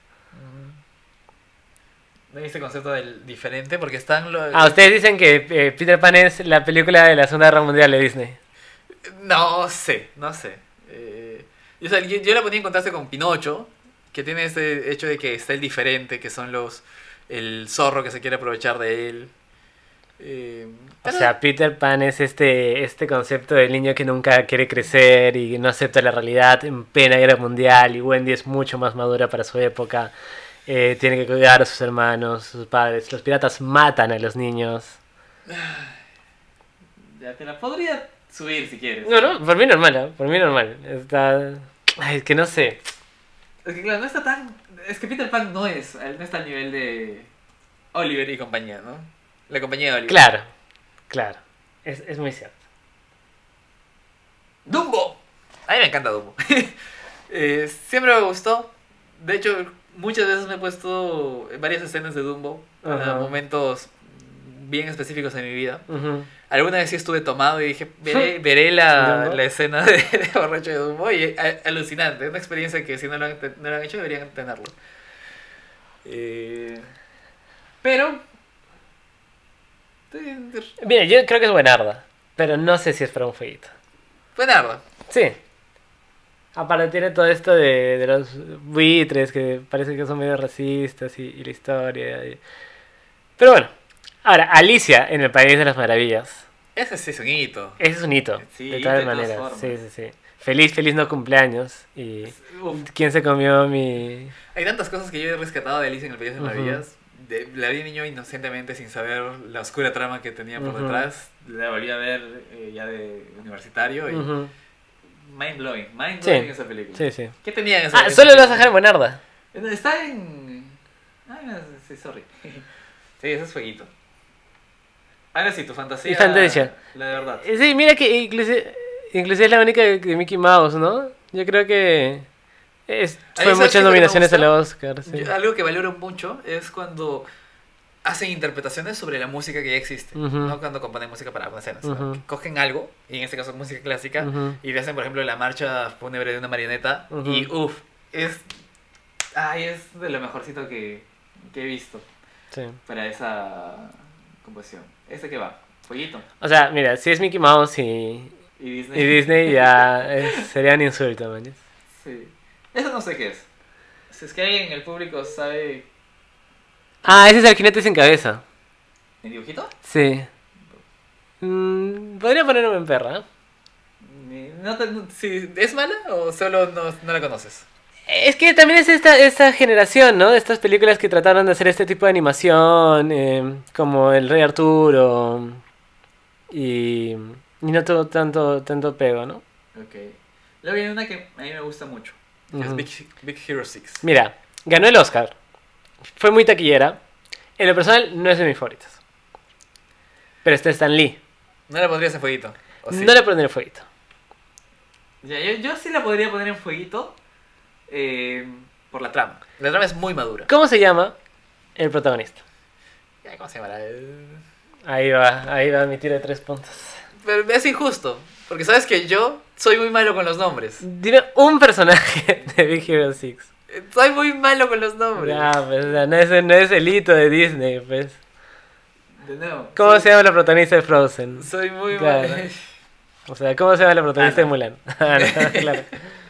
¿No viste el concepto del diferente? Porque están los... Ustedes dicen que Peter Pan es la película de la Segunda Guerra Mundial de Disney. No sé. O sea, yo la ponía en contraste con Pinocho, que tiene este hecho de que está el diferente, que son el zorro que se quiere aprovechar de él. O Pero- sea, Peter Pan es este concepto del niño que nunca quiere crecer y no acepta la realidad en plena guerra mundial, y Wendy es mucho más madura para su época, tiene que cuidar a sus hermanos, sus padres. Los piratas matan a los niños. Ya te la podría subir si quieres. No, por mí normal, ¿eh? Por mí normal. Está... Ay, es que no sé. Es que claro, no está tan... Es que Peter Pan no está al nivel de Oliver y compañía, ¿no? La compañía de Oliver. Claro. Es muy cierto. ¡Dumbo! A mí me encanta Dumbo. Siempre me gustó. De hecho, muchas veces me he puesto varias escenas de Dumbo para Ajá. momentos bien específicos en mi vida. Ujú. Alguna vez sí estuve tomado y dije, veré la ¿Dumbo? escena de borracho de Dumbo y alucinante. Es una experiencia que si no no lo han hecho deberían tenerlo. Pero... Mira, yo creo que es buenarda, pero no sé si es para un fueguito. Fue nada. Sí. Aparte tiene todo esto de los buitres que parece que son medio racistas y la historia. Pero bueno. Ahora, Alicia en el País de las Maravillas. Ese sí es un hito. Ese es un hito, Sí, de hito todas de todas maneras. formas. Sí. Feliz no cumpleaños. Y Uf, ¿quién se comió mi...? hay tantas cosas que yo he rescatado de Alicia en el País de las Ujú. Maravillas. La vi de niño inocentemente sin saber la oscura trama que tenía por Ujú. detrás. La volví a ver ya de universitario y Ujú. mind blowing Sí. esa película. Sí. ¿Qué tenía en esa Ah, solo lo vas a dejar en buenarda. Está en... Ah, no, sí, sorry. Sí, ese es fueguito. Ahora sí, tu fantasía. Mi fantasía. La de verdad. Sí, mira que inclusive es la única de Mickey Mouse, ¿no? Yo creo que A mí, fue ¿sabes qué muchas es lo que me nominaciones gusta? al Oscar. Sí. Algo que valoro mucho es cuando hacen interpretaciones sobre la música que ya existe, Ujú. no cuando componen música para una escena, sino Ujú. que cogen algo, y en este caso música clásica, Ujú. y le hacen, por ejemplo, la marcha fúnebre de una marioneta, Ujú. y es de lo mejorcito que he visto Sí. para esa composición. ¿Este qué va? Pollito. O sea, mira, si es Mickey Mouse y Y Disney. Disney ya sería un insulto, man. Sí. Eso no sé qué es. Si es que alguien en el público sabe... Ah, ese es el jinete sin cabeza. ¿En dibujito? Sí. Podría ponerme en perra. Sí, ¿es mala o solo no la conoces? Es que también es esta generación, ¿no? De estas películas que trataron de hacer este tipo de animación, como El Rey Arturo, y no tuvo tanto pego, ¿no? Ok. Luego viene una que a mí me gusta mucho. Que es Ujú. Big Hero 6. Mira, ganó el Oscar, fue muy taquillera, en lo personal no es de mis favoritas, pero está Stan Lee, No la pondrías en fueguito. ¿O sí? No le pondré fueguito. Ya, yo sí la podría poner en fueguito por la trama. La trama es muy madura. ¿Cómo se llama el protagonista? Ya, ¿cómo se llama? Ahí va mi tiro de 3 puntos. Pero es injusto, porque sabes que yo soy muy malo con los nombres. Dime un personaje de Big Hero 6. Soy muy malo con los nombres. Ya, pues, o sea, no es el hito de Disney, pues. De nuevo. ¿Cómo se llama la protagonista de Frozen? Soy muy Claro. malo. O sea, ¿cómo se llama la protagonista Ana. de Mulan? Ana, claro.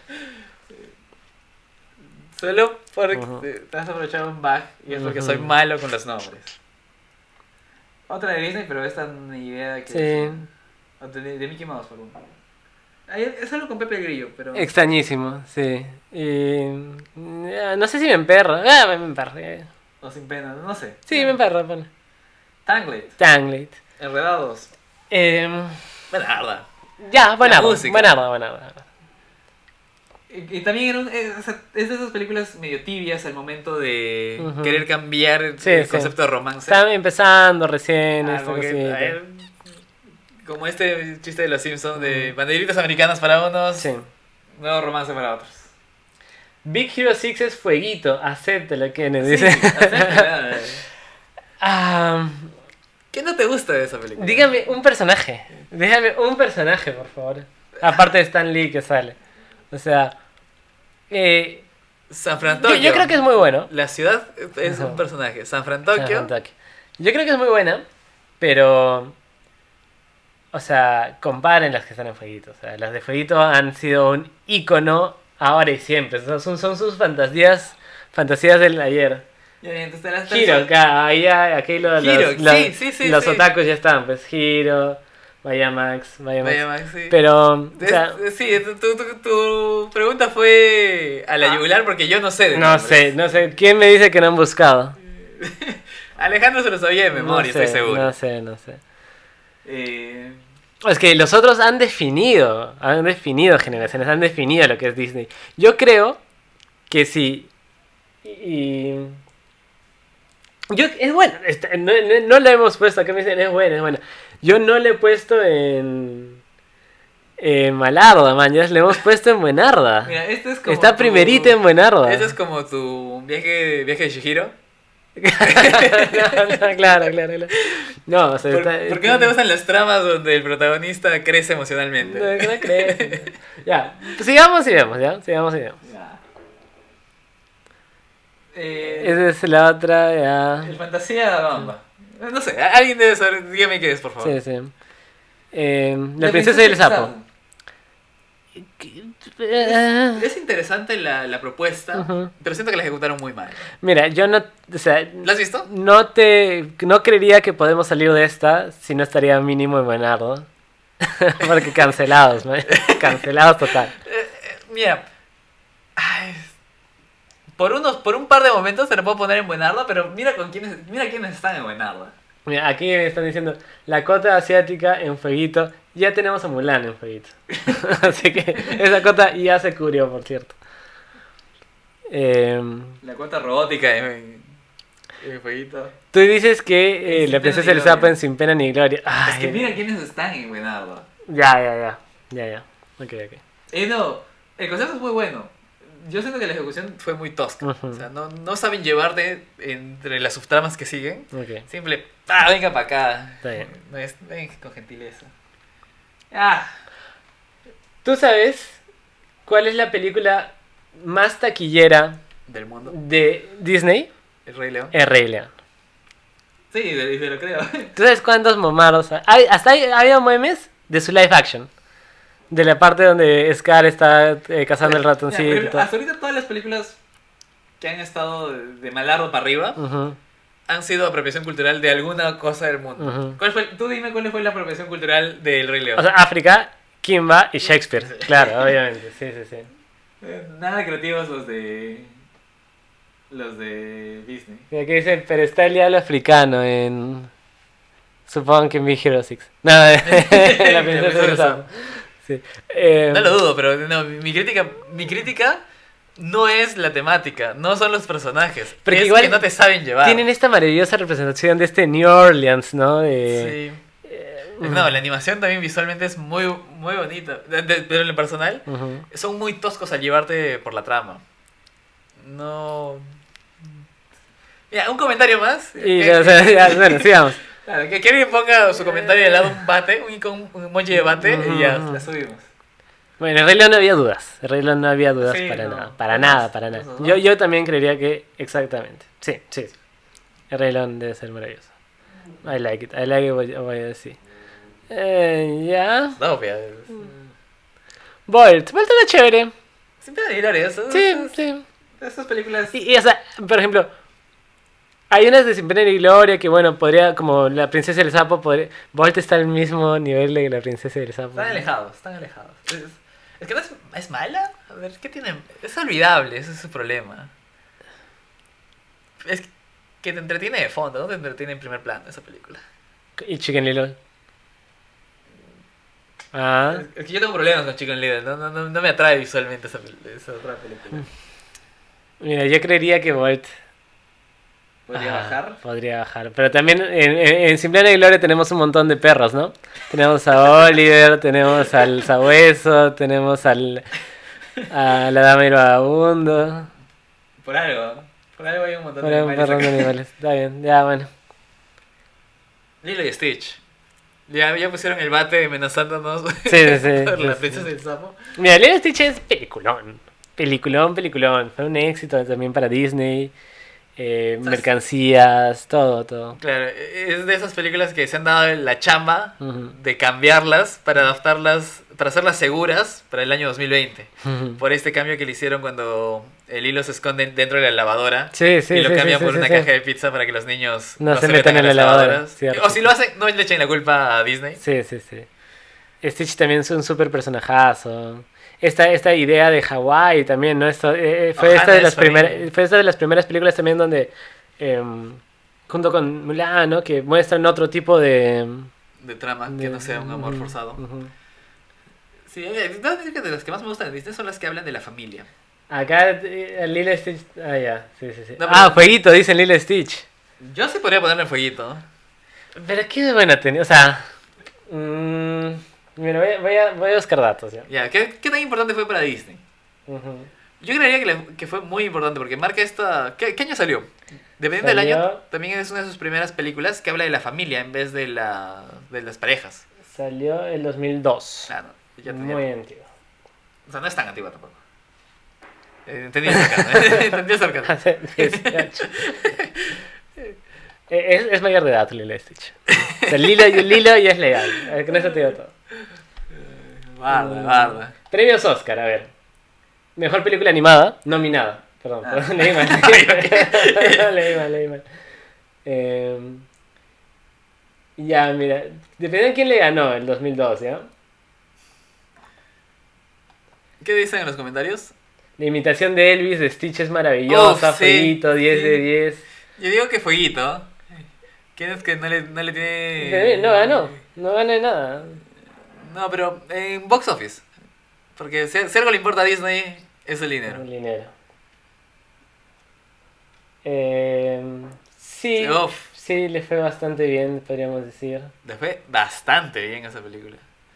Solo porque Ujú. te has aprovechado un bug y es porque Ujú. soy malo con los nombres. Otra de Disney, pero esta ni idea de que Sí. o de Mickey Mouse, por uno. Es algo con Pepe el Grillo, pero. Extrañísimo, sí. Y, no sé si me emperra. Ah, me emperra. O sin pena, no sé. Sí, me emperra, pone. Tanglet, Tanglet. Enredados. Buenarda. Ya, buena música. buena. Y también o sea, es de esas películas medio tibias al momento de Ujú. querer cambiar Sí, el sí. concepto de romance. Está empezando recién Ah, esta como, que, cosita. a ver, como este chiste de los Simpsons de banderitas americanas para unos, Sí. nuevo romance para otros. Big Hero 6 es fueguito, acéptalo, Kenneth. Sí, Dice. acéptala. Ah, ¿Qué no te gusta de esa película? dígame un personaje. Dígame un personaje, por favor. Aparte de Stan Lee que sale. O sea, San Fran Tokyo. yo creo que es muy bueno. La ciudad es Ajá. un personaje. San Fran Tokyo. Yo creo que es muy buena, pero. O sea, comparen las que están en Fueguito. O sea, las de Fueguito han sido un ícono ahora y siempre. Son sus fantasías del ayer. Ya, entonces te las Hiro, acá, aquí Hiro, sí, los sí. otakus ya están, pues Hiro, Bayamax. Vaya, Max, sí. Pero, o sea, Sí, tu pregunta fue a la yugular porque yo no sé de nombres. no sé, ¿quién me dice que no han buscado? Alejandro se lo sabía de memoria, No sé, estoy seguro. No sé. Eh, Es que los otros han definido generaciones, han definido lo que es Disney. Yo creo que sí. Es bueno, no lo hemos puesto, acá me dicen es bueno. Yo no le he puesto en Malarda, man, ya le hemos puesto en Buenarda. mira, este es como Está primerita en Buenarda. Este es como tu viaje de Shihiro. Claro. No, o sea, ¿Por qué no te gustan las tramas donde el protagonista crece emocionalmente? No crees. Ya, pues sigamos y vemos, ¿ya? Sigamos y vemos. Ya. Esa es la otra, ya. El fantasía de Bamba. No sé, alguien debe saber. Dígame qué es, por favor. Sí, sí. La princesa y el sapo. Es interesante la propuesta, Ujú. pero siento que la ejecutaron muy mal. Mira, yo no, o sea, ¿La has visto? no creería que podemos salir de esta si no estaría mínimo en Buenardo. Porque cancelados, ¿no? Cancelados total. Mira, ay, por un par de momentos te lo puedo poner en Buenarda, pero mira quiénes están en Buenarda. Mira, aquí me están diciendo la cota asiática en Fueguito. Ya tenemos a Mulan en Fueguito. Así que esa cota ya se cubrió, por cierto. La cuota robótica en jueguito. Tú dices que Sin la pena princesa ni del sapo gloria. en Sin Pena ni Gloria. Ay, Es que mira quiénes están en Buenarda. Ya. Ok. No, el concepto es muy bueno. Yo siento que la ejecución fue muy tosca. Ujú. O sea, no saben llevarte entre las subtramas que siguen. Ok, Simple, venga para acá. está bien. Ven con gentileza. ¿Tú sabes cuál es la película más taquillera Del mundo. de Disney? El Rey León. El Rey León. Sí, te lo creo. ¿Tú sabes cuántos momados hay? Había memes de su live action. De la parte donde Scar está cazando el ratoncito. Mira, y todo. hasta ahorita todas las películas que han estado de Malardo para arriba Ujú. han sido apropiación cultural de alguna cosa del mundo. Ujú. Tú dime cuál fue la apropiación cultural del Rey León. O sea, África, Kimba y Shakespeare. Claro, obviamente. Sí. Nada creativos los de Disney. Mira que dicen, pero está el diablo africano en... Supongo que en Big Hero 6. No, la princesa del sapo. Sí. No lo dudo, pero no, mi crítica no es la temática, no son los personajes. Porque es igual que no te saben llevar. Tienen esta maravillosa representación de este New Orleans, ¿no? Sí. No, la animación también visualmente es muy, muy bonita. Pero en lo personal, son muy toscos al llevarte por la trama. No. Mira, un comentario más. Y, o sea, ya, bueno, sigamos. Claro, que alguien ponga su comentario al lado un bate, un emoji de bate, y ya, la subimos. Bueno, en Rey León no había dudas. En Rey León no había dudas Sí, para no, nada. Para no nada, más, para nada. eso, ¿no? Yo también creería que exactamente. Sí, sí. El Rey León debe ser maravilloso. I like it, voy a decir. Ya. No, mira, Bolt era chévere. siempre hay glorias. Sí, sí. Estas películas. O sea, por ejemplo, hay unas de Sin Pena ni Gloria que, bueno, podría, como La Princesa del Sapo, Bolt está al mismo nivel de La Princesa del Sapo. Están alejados, están alejados. Es que no es mala. A ver, ¿qué tiene? Es olvidable, ese es su problema. Es que te entretiene de fondo, no te entretiene en primer plano esa película. Y Chicken Little. Ah. Es que yo tengo problemas con Chicken Little, no me atrae visualmente esa otra película. Mira, yo creería que Bolt ¿Podría bajar? podría bajar. Pero también en Sin Pena ni Gloria tenemos un montón de perros, ¿no? Tenemos a Oliver, tenemos al Sabueso, tenemos a la Dama y el Vagabundo. Por algo hay un montón Ahora de un animales perro de acá. animales. Está bien, ya bueno. Lilo y Stitch. Ya pusieron el bate amenazándonos Sí. por la Sí. princesa del sapo. Mira, Lilo y Stitch es peliculón. Peliculón. Fue un éxito también para Disney. Mercancías, todo. Claro, es de esas películas que se han dado la chamba Ujú. de cambiarlas para adaptarlas, para hacerlas seguras para el año 2020. Por este cambio que le hicieron cuando el hilo se esconde dentro de la lavadora. Sí, Y lo cambian sí, por sí, una sí. caja de pizza para que los niños No se metan en la las lavadora, lavadoras. cierto. O si lo hacen, no le echen la culpa a Disney. Sí. Stitch también es un súper personajazo. Esta idea de Hawái también, ¿no? Esto, fue Ohana esta de es las horrible. fue esta de las primeras películas también donde, junto con Mulan, ¿no? Que muestran otro tipo de... De trama, que no sea un amor forzado. Ujú. Sí, debo decir que de las que más me gustan de Disney son las que hablan de la familia. Acá, Lilo y Stitch... Ah, ya, sí. No, Ah, jueguito, dicen Lilo y Stitch. Yo sí podría ponerle en fueguito. Pero qué buena tenía, o sea... mira, voy a buscar datos ya. Ya, ¿qué tan importante fue para Disney? Ujú. Yo creería que fue muy importante porque marca esta... ¿Qué año salió? Dependiendo del año, Salió- también es una de sus primeras películas que habla de la familia en vez de las parejas. Salió el 2002. Claro, ya Muy antiguo. O sea, no es tan antigua tampoco. Entendí el sarcasmo. Entendí el sarcasmo. Hace 18. Es mayor de edad Lilo y Stitch. O sea, Lilo ya es legal. A ver, con eso te digo todo. Barda. Premios Oscar, a ver. Mejor película animada, nominada. Perdón, leí mal. leí mal. Ya, mira. Depende de quién le ganó el 2002, ¿ya? ¿Qué dicen en los comentarios? La imitación de Elvis de Stitch es maravillosa. Oh, sí, Fueguito, 10 sí. de 10. Yo digo que fueguito. ¿Quién es que no le tiene...? Pero no ganó. No gané nada. No, pero en box office. Porque si algo le importa a Disney es el dinero. El dinero. Sí, Uf. sí, le fue bastante bien, podríamos decir. Le fue bastante bien esa película.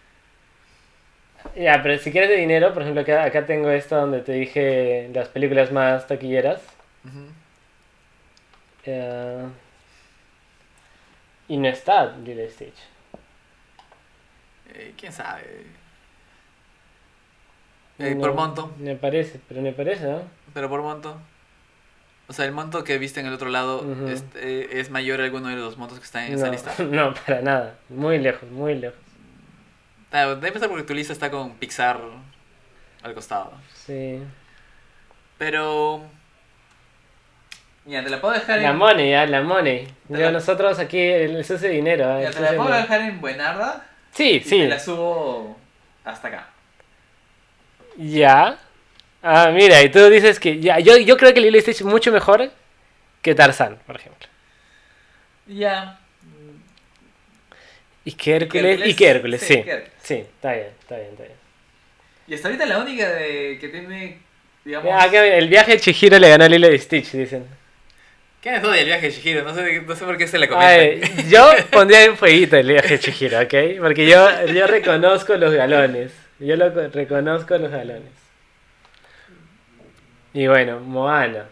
Ya, pero si quieres de dinero, por ejemplo, acá tengo esta donde te dije las películas más taquilleras. Ujú. Y no está Lilo y Stitch. ¿Quién sabe? No, Por monto. Me parece, ¿no? Pero por monto. O sea, el monto que viste en el otro lado Ujú. es mayor a alguno de los montos que están en esa No, lista. no, para nada. Muy lejos, muy lejos. Debe empezar porque tu lista está con Pixar al costado. Sí. Pero... Mira, te la puedo dejar La money, la money. Te la- Nosotros aquí, el sucio de dinero. Mira, el te la sucio puedo de- dejar en Buenarda Sí, y sí. te la subo hasta acá. Ya. Ah, mira, y tú dices que ya, yo creo que Lilo y Stitch es mucho mejor que Tarzán, por ejemplo. Ya. Y que Hércules, Sí, sí. que Hércules. Sí, está bien. Y hasta ahorita la única que tiene, digamos... Acá el viaje de Chihiro le ganó a Lilo y Stitch, dicen. ¿Quién es odia el viaje de Chihiro? No sé por qué se le Ay, comenta. yo pondría en fueguito el viaje de Chihiro, ¿ok? Porque yo reconozco los galones. Reconozco los galones. Y bueno, Moana.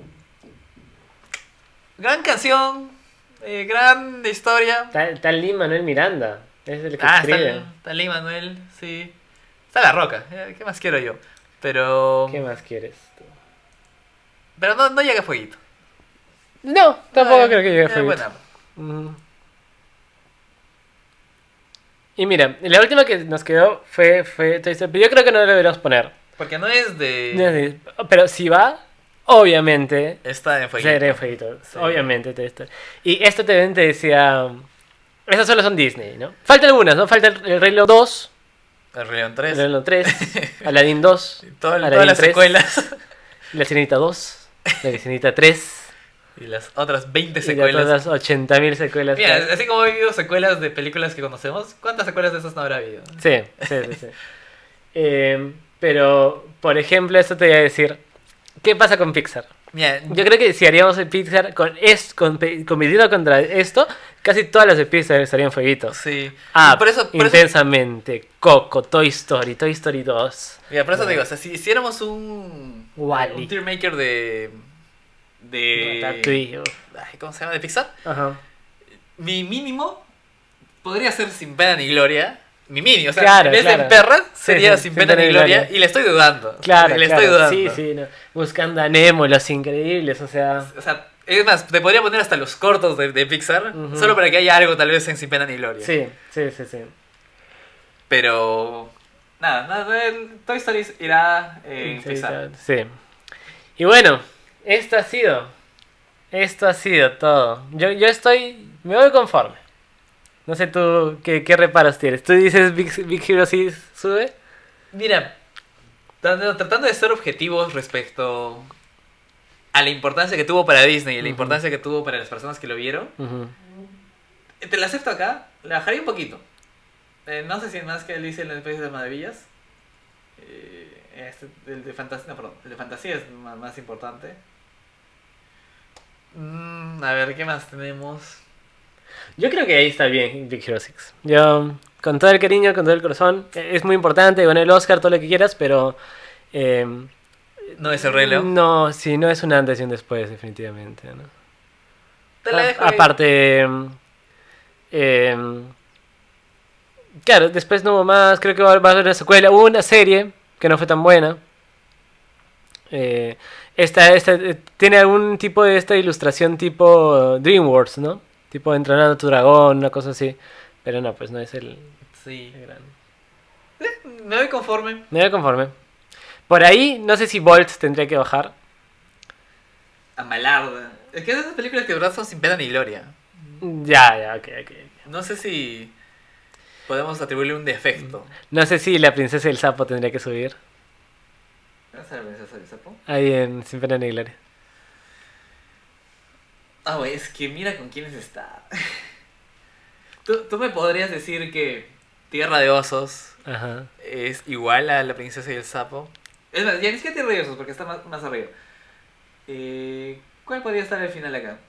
Gran canción, gran historia. Está Lin-Manuel Miranda. Es el que Ah, escribe. está Lin Manuel, sí. Está La Roca, ¿qué más quiero yo? Pero ¿Qué más quieres tú? pero no llega a fueguito. No, tampoco Eh, creo que llegue a fueguito. buena. Ujú. Y mira, la última que nos quedó fue Toy Story, pero yo creo que no lo deberíamos poner. Porque no es de... No sé, pero si va, obviamente Está en fueguito. será fueguito. Sí. Obviamente Toy Story. Y esto también te decía... Esas solo son Disney, ¿no? Faltan algunas, ¿no? Falta el Rey León 2, El Rey León el 3. Rey León 3, Aladdin 2, Todas Aladdin las 3, secuelas. La Sirenita 2, La Sirenita 3 Y las otras 20 y secuelas. las otras 80.000 secuelas. Mira, que hay. así como ha habido secuelas de películas que conocemos, ¿cuántas secuelas de esas no habrá habido? Sí. Pero, por ejemplo, esto te voy a decir. ¿Qué pasa con Pixar? Mira, Yo creo que si haríamos el Pixar compitiendo contra esto, casi todas las de Pixar estarían fueguitos. sí. Ah, por eso, Intensamente, Coco, Toy Story 2. mira, por eso te digo, o sea, si hiciéramos un Wall-E. un tier maker de Ratatouille. ay, ¿cómo se llama? De Pixar, Ajá. mi mínimo podría ser Sin Pena ni Gloria. Mi mínimo, o sea, Claro, en vez claro. de perras sería Sí, Sin Pena ni Gloria. Y le estoy dudando. Claro, le claro. estoy dudando. Sí, no. Buscando a Nemo, Los Increíbles, o sea... O sea, es más, te podría poner hasta los cortos de Pixar, Ujú. solo para que haya algo tal vez en Sin Pena ni Gloria. Sí. Pero nada, el Toy Story irá en Pixar. Sí. Y bueno, esto ha sido todo. Yo me voy conforme. No sé tú qué reparos tienes. ¿Tú dices Big Hero sí sube? Mira, tratando de ser objetivos respecto a la importancia que tuvo para Disney y la Ujú. importancia que tuvo para las personas que lo vieron, Ujú. te la acepto acá, la bajaría un poquito. No sé si es más que Alicia en el País de las Maravillas. El de fantasía, no, perdón, el de fantasía es más importante. A ver, ¿qué más tenemos? Yo creo que ahí está bien Big Hero 6. Yo, con todo el cariño, con todo el corazón, es muy importante, con el Oscar, todo lo que quieras, pero... No es el Rey León. No, sí, no es un antes y un después, definitivamente, ¿no? Te la dejo ahí. Aparte, claro, después no hubo más, creo que va a haber una secuela, hubo una serie que no fue tan buena. Esta tiene algún tipo de esta ilustración tipo DreamWorks, ¿no? Tipo Entrenando a tu dragón, una cosa así. Pero no, pues no es el Sí. gran... Me voy conforme. Me voy conforme. Por ahí, no sé si Bolt tendría que bajar. A Malarda. Es que esas películas que de verdad son sin pena ni gloria. Ya, ok. No sé si podemos atribuirle un defecto. No sé si la princesa y el sapo tendría que subir. ¿Esa es la princesa del sapo? Ahí en Sin Pena ni Gloria. Ah, güey, es que mira con quiénes está. ¿Tú me podrías decir que Tierra de Osos Ajá. es igual a La Princesa y el Sapo? Es más, ya ni siquiera Tierra de Osos porque está más arriba. ¿Cuál podría estar al final acá?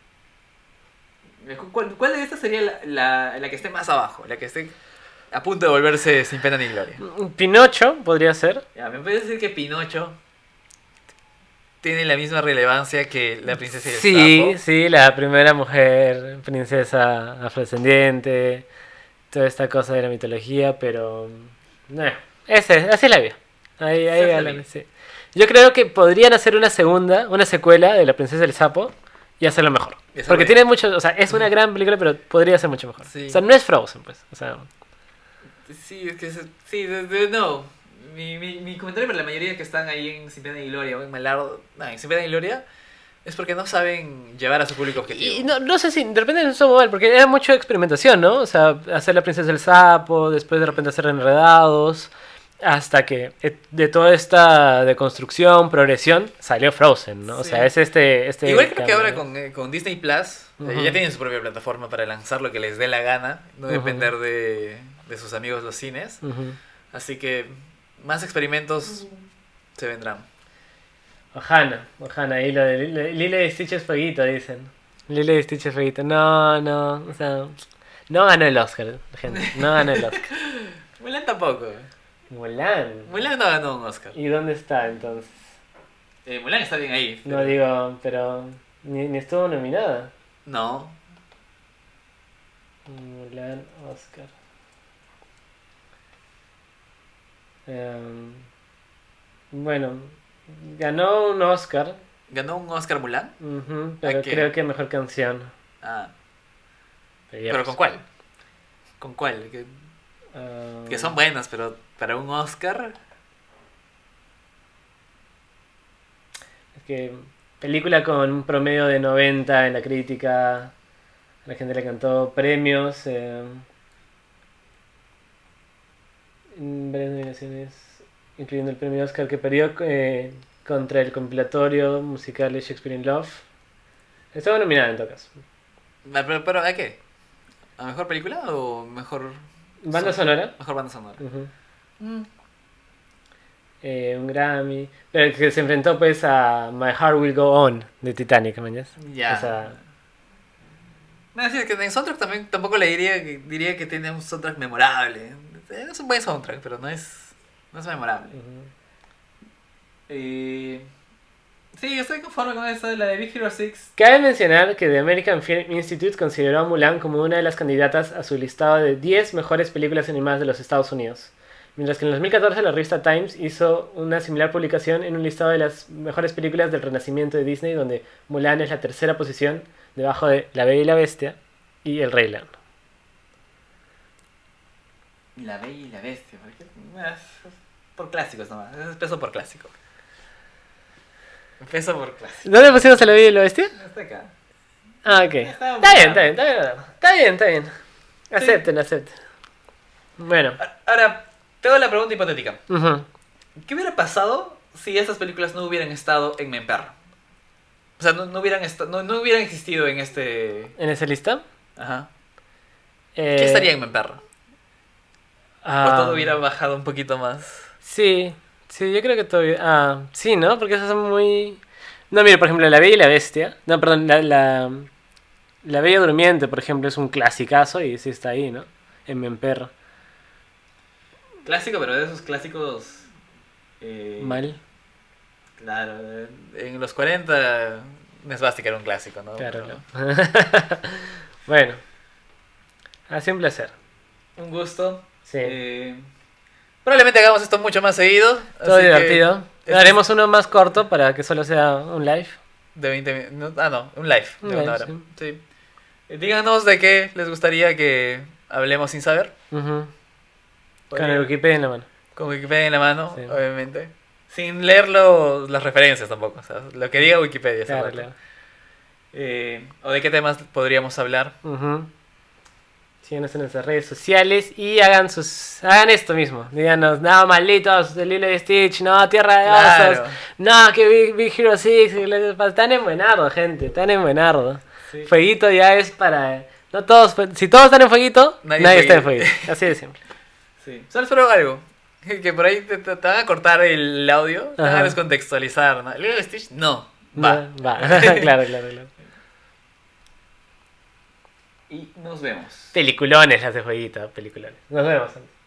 ¿Cuál de estas sería la que esté más abajo? La que esté a punto de volverse sin pena ni gloria. Pinocho podría ser. Ya, me puedes decir que Pinocho tiene la misma relevancia que La Princesa y el Sí, Sapo. sí, la primera mujer, princesa afrodescendiente, toda esta cosa de la mitología, pero... así es la vida. Ahí Esa es la háganle, vida. sí. Yo creo que podrían hacer una secuela de La Princesa y el Sapo y hacerlo mejor. Y hacerlo Porque bien. tiene mucho, o sea, es una gran película, pero podría ser mucho mejor. Sí. O sea, no es Frozen, pues. O sea, Sí, es que sí, no. Mi comentario para la mayoría que están ahí en Sin Pena ni Gloria o en Malardo, no, en Sin Pena ni Gloria, es porque no saben llevar a su público objetivo. y no sé si de repente no estuvo mal, porque era mucha experimentación, ¿no? O sea, hacer La Princesa del Sapo, después de repente hacer Enredados, hasta que de toda esta deconstrucción, progresión, salió Frozen, ¿no? O Sí. sea, es este Igual creo que cambio, ahora ¿no? con Disney Plus Ujú. ya tienen su propia plataforma para lanzar lo que les dé la gana, no Ujú. depender de sus amigos los cines. Ujú. Así que más experimentos se vendrán. Ohana, ahí lo de Lilo y Stitch es fueguito, dicen. Lilo y Stitch es fueguito. No, o sea, no ganó el Oscar, gente, no ganó el Oscar. Mulan tampoco. Mulan. Mulan no ganó un Oscar. ¿Y dónde está entonces? Mulan está bien ahí. No digo, pero ni estuvo nominada. No. Mulan, Oscar. Bueno, ganó un Oscar. ¿Ganó un Oscar Mulan? Pero ¿A qué? creo que mejor canción. Ah. Pero, ya, ¿Pero pues, con cuál? ¿Con cuál? Que son buenas, pero para un Oscar. Es que película con un promedio de 90 en la crítica. A la gente le cantó premios. En varias nominaciones, incluyendo el premio Oscar que perdió contra el compilatorio musical de Shakespeare in Love. Estaba nominada en todo caso. ¿Pero a qué? ¿A mejor película o mejor. Banda sonora. Mejor banda sonora. Ujú. Mm. Un Grammy. Pero que se enfrentó pues a My Heart Will Go On de Titanic, ¿mañas? Ya. O sea, No, es decir, que en soundtrack también tampoco le diría que tiene un soundtrack memorable. Es un buen soundtrack, pero no es memorable. Sí, yo estoy conforme con esta de la de Big Hero 6. cabe mencionar que The American Film Institute consideró a Mulan como una de las candidatas a su listado de 10 mejores películas animadas de los Estados Unidos. Mientras que en 2014 la revista Times hizo una similar publicación en un listado de las mejores películas del renacimiento de Disney, donde Mulan es la tercera posición, debajo de La Bella y la Bestia y El Rey León. La Bella y la Bestia. Es por clásicos nomás. Es peso por clásico. Peso por clásico. ¿Dónde pusimos a La Bella y la Bestia? Hasta acá. Ah, ok. Está bien. Acepten. Bueno. Ahora, te hago la pregunta hipotética. Ujú. ¿Qué hubiera pasado si estas películas no hubieran estado en Memper? O sea, no hubieran existido en este... ¿En esa lista? Ajá. ¿Qué estaría en Memper? ¿O todo hubiera bajado un poquito más? Sí, yo creo que todavía... sí, ¿no? Porque esas son muy... No, mira, por ejemplo, La Bella y la Bestia. No, perdón, La Bella Durmiente, por ejemplo, es un clasicazo y sí está ahí, ¿no? En Memper. Clásico, pero de esos clásicos... Mal. Claro, en los 40 Nesvástica era un clásico, ¿no? Claro, Pero- claro. Bueno. Ha sido un placer. Un gusto. Sí. Probablemente hagamos esto mucho más seguido. Todo así que divertido. este Haremos uno más corto para que solo sea un live. de 20 minutos. No, un live Un de live, una hora. sí. Sí. Díganos de qué les gustaría que hablemos sin saber. Ujú. Con Podría- el Wikipedia en la mano. Con Wikipedia en la mano, Sí. obviamente. Sin leer las referencias tampoco. O sea, lo que diga Wikipedia. esa Claro, parte. claro. O de qué temas podríamos hablar. Ujú. Síganos en nuestras redes sociales y hagan esto mismo. Díganos, no, malditos, de Lilo y Stitch, no, Tierra de Claro. Osos, no, que Big Hero 6, están en buenardo, gente, están en buenardo. Sí. Fueguito ya es para... No todos, si todos están en fueguito, nadie está en fueguito. fueguito. Así de simple. Sí. Solo espero algo. Que por ahí te van a cortar el audio, te van Ajá. a descontextualizar, ¿no? Lilo y Stitch, no. Va. No, va. Claro. Y nos vemos. Peliculones las de fueguito, peliculones. Nos vemos.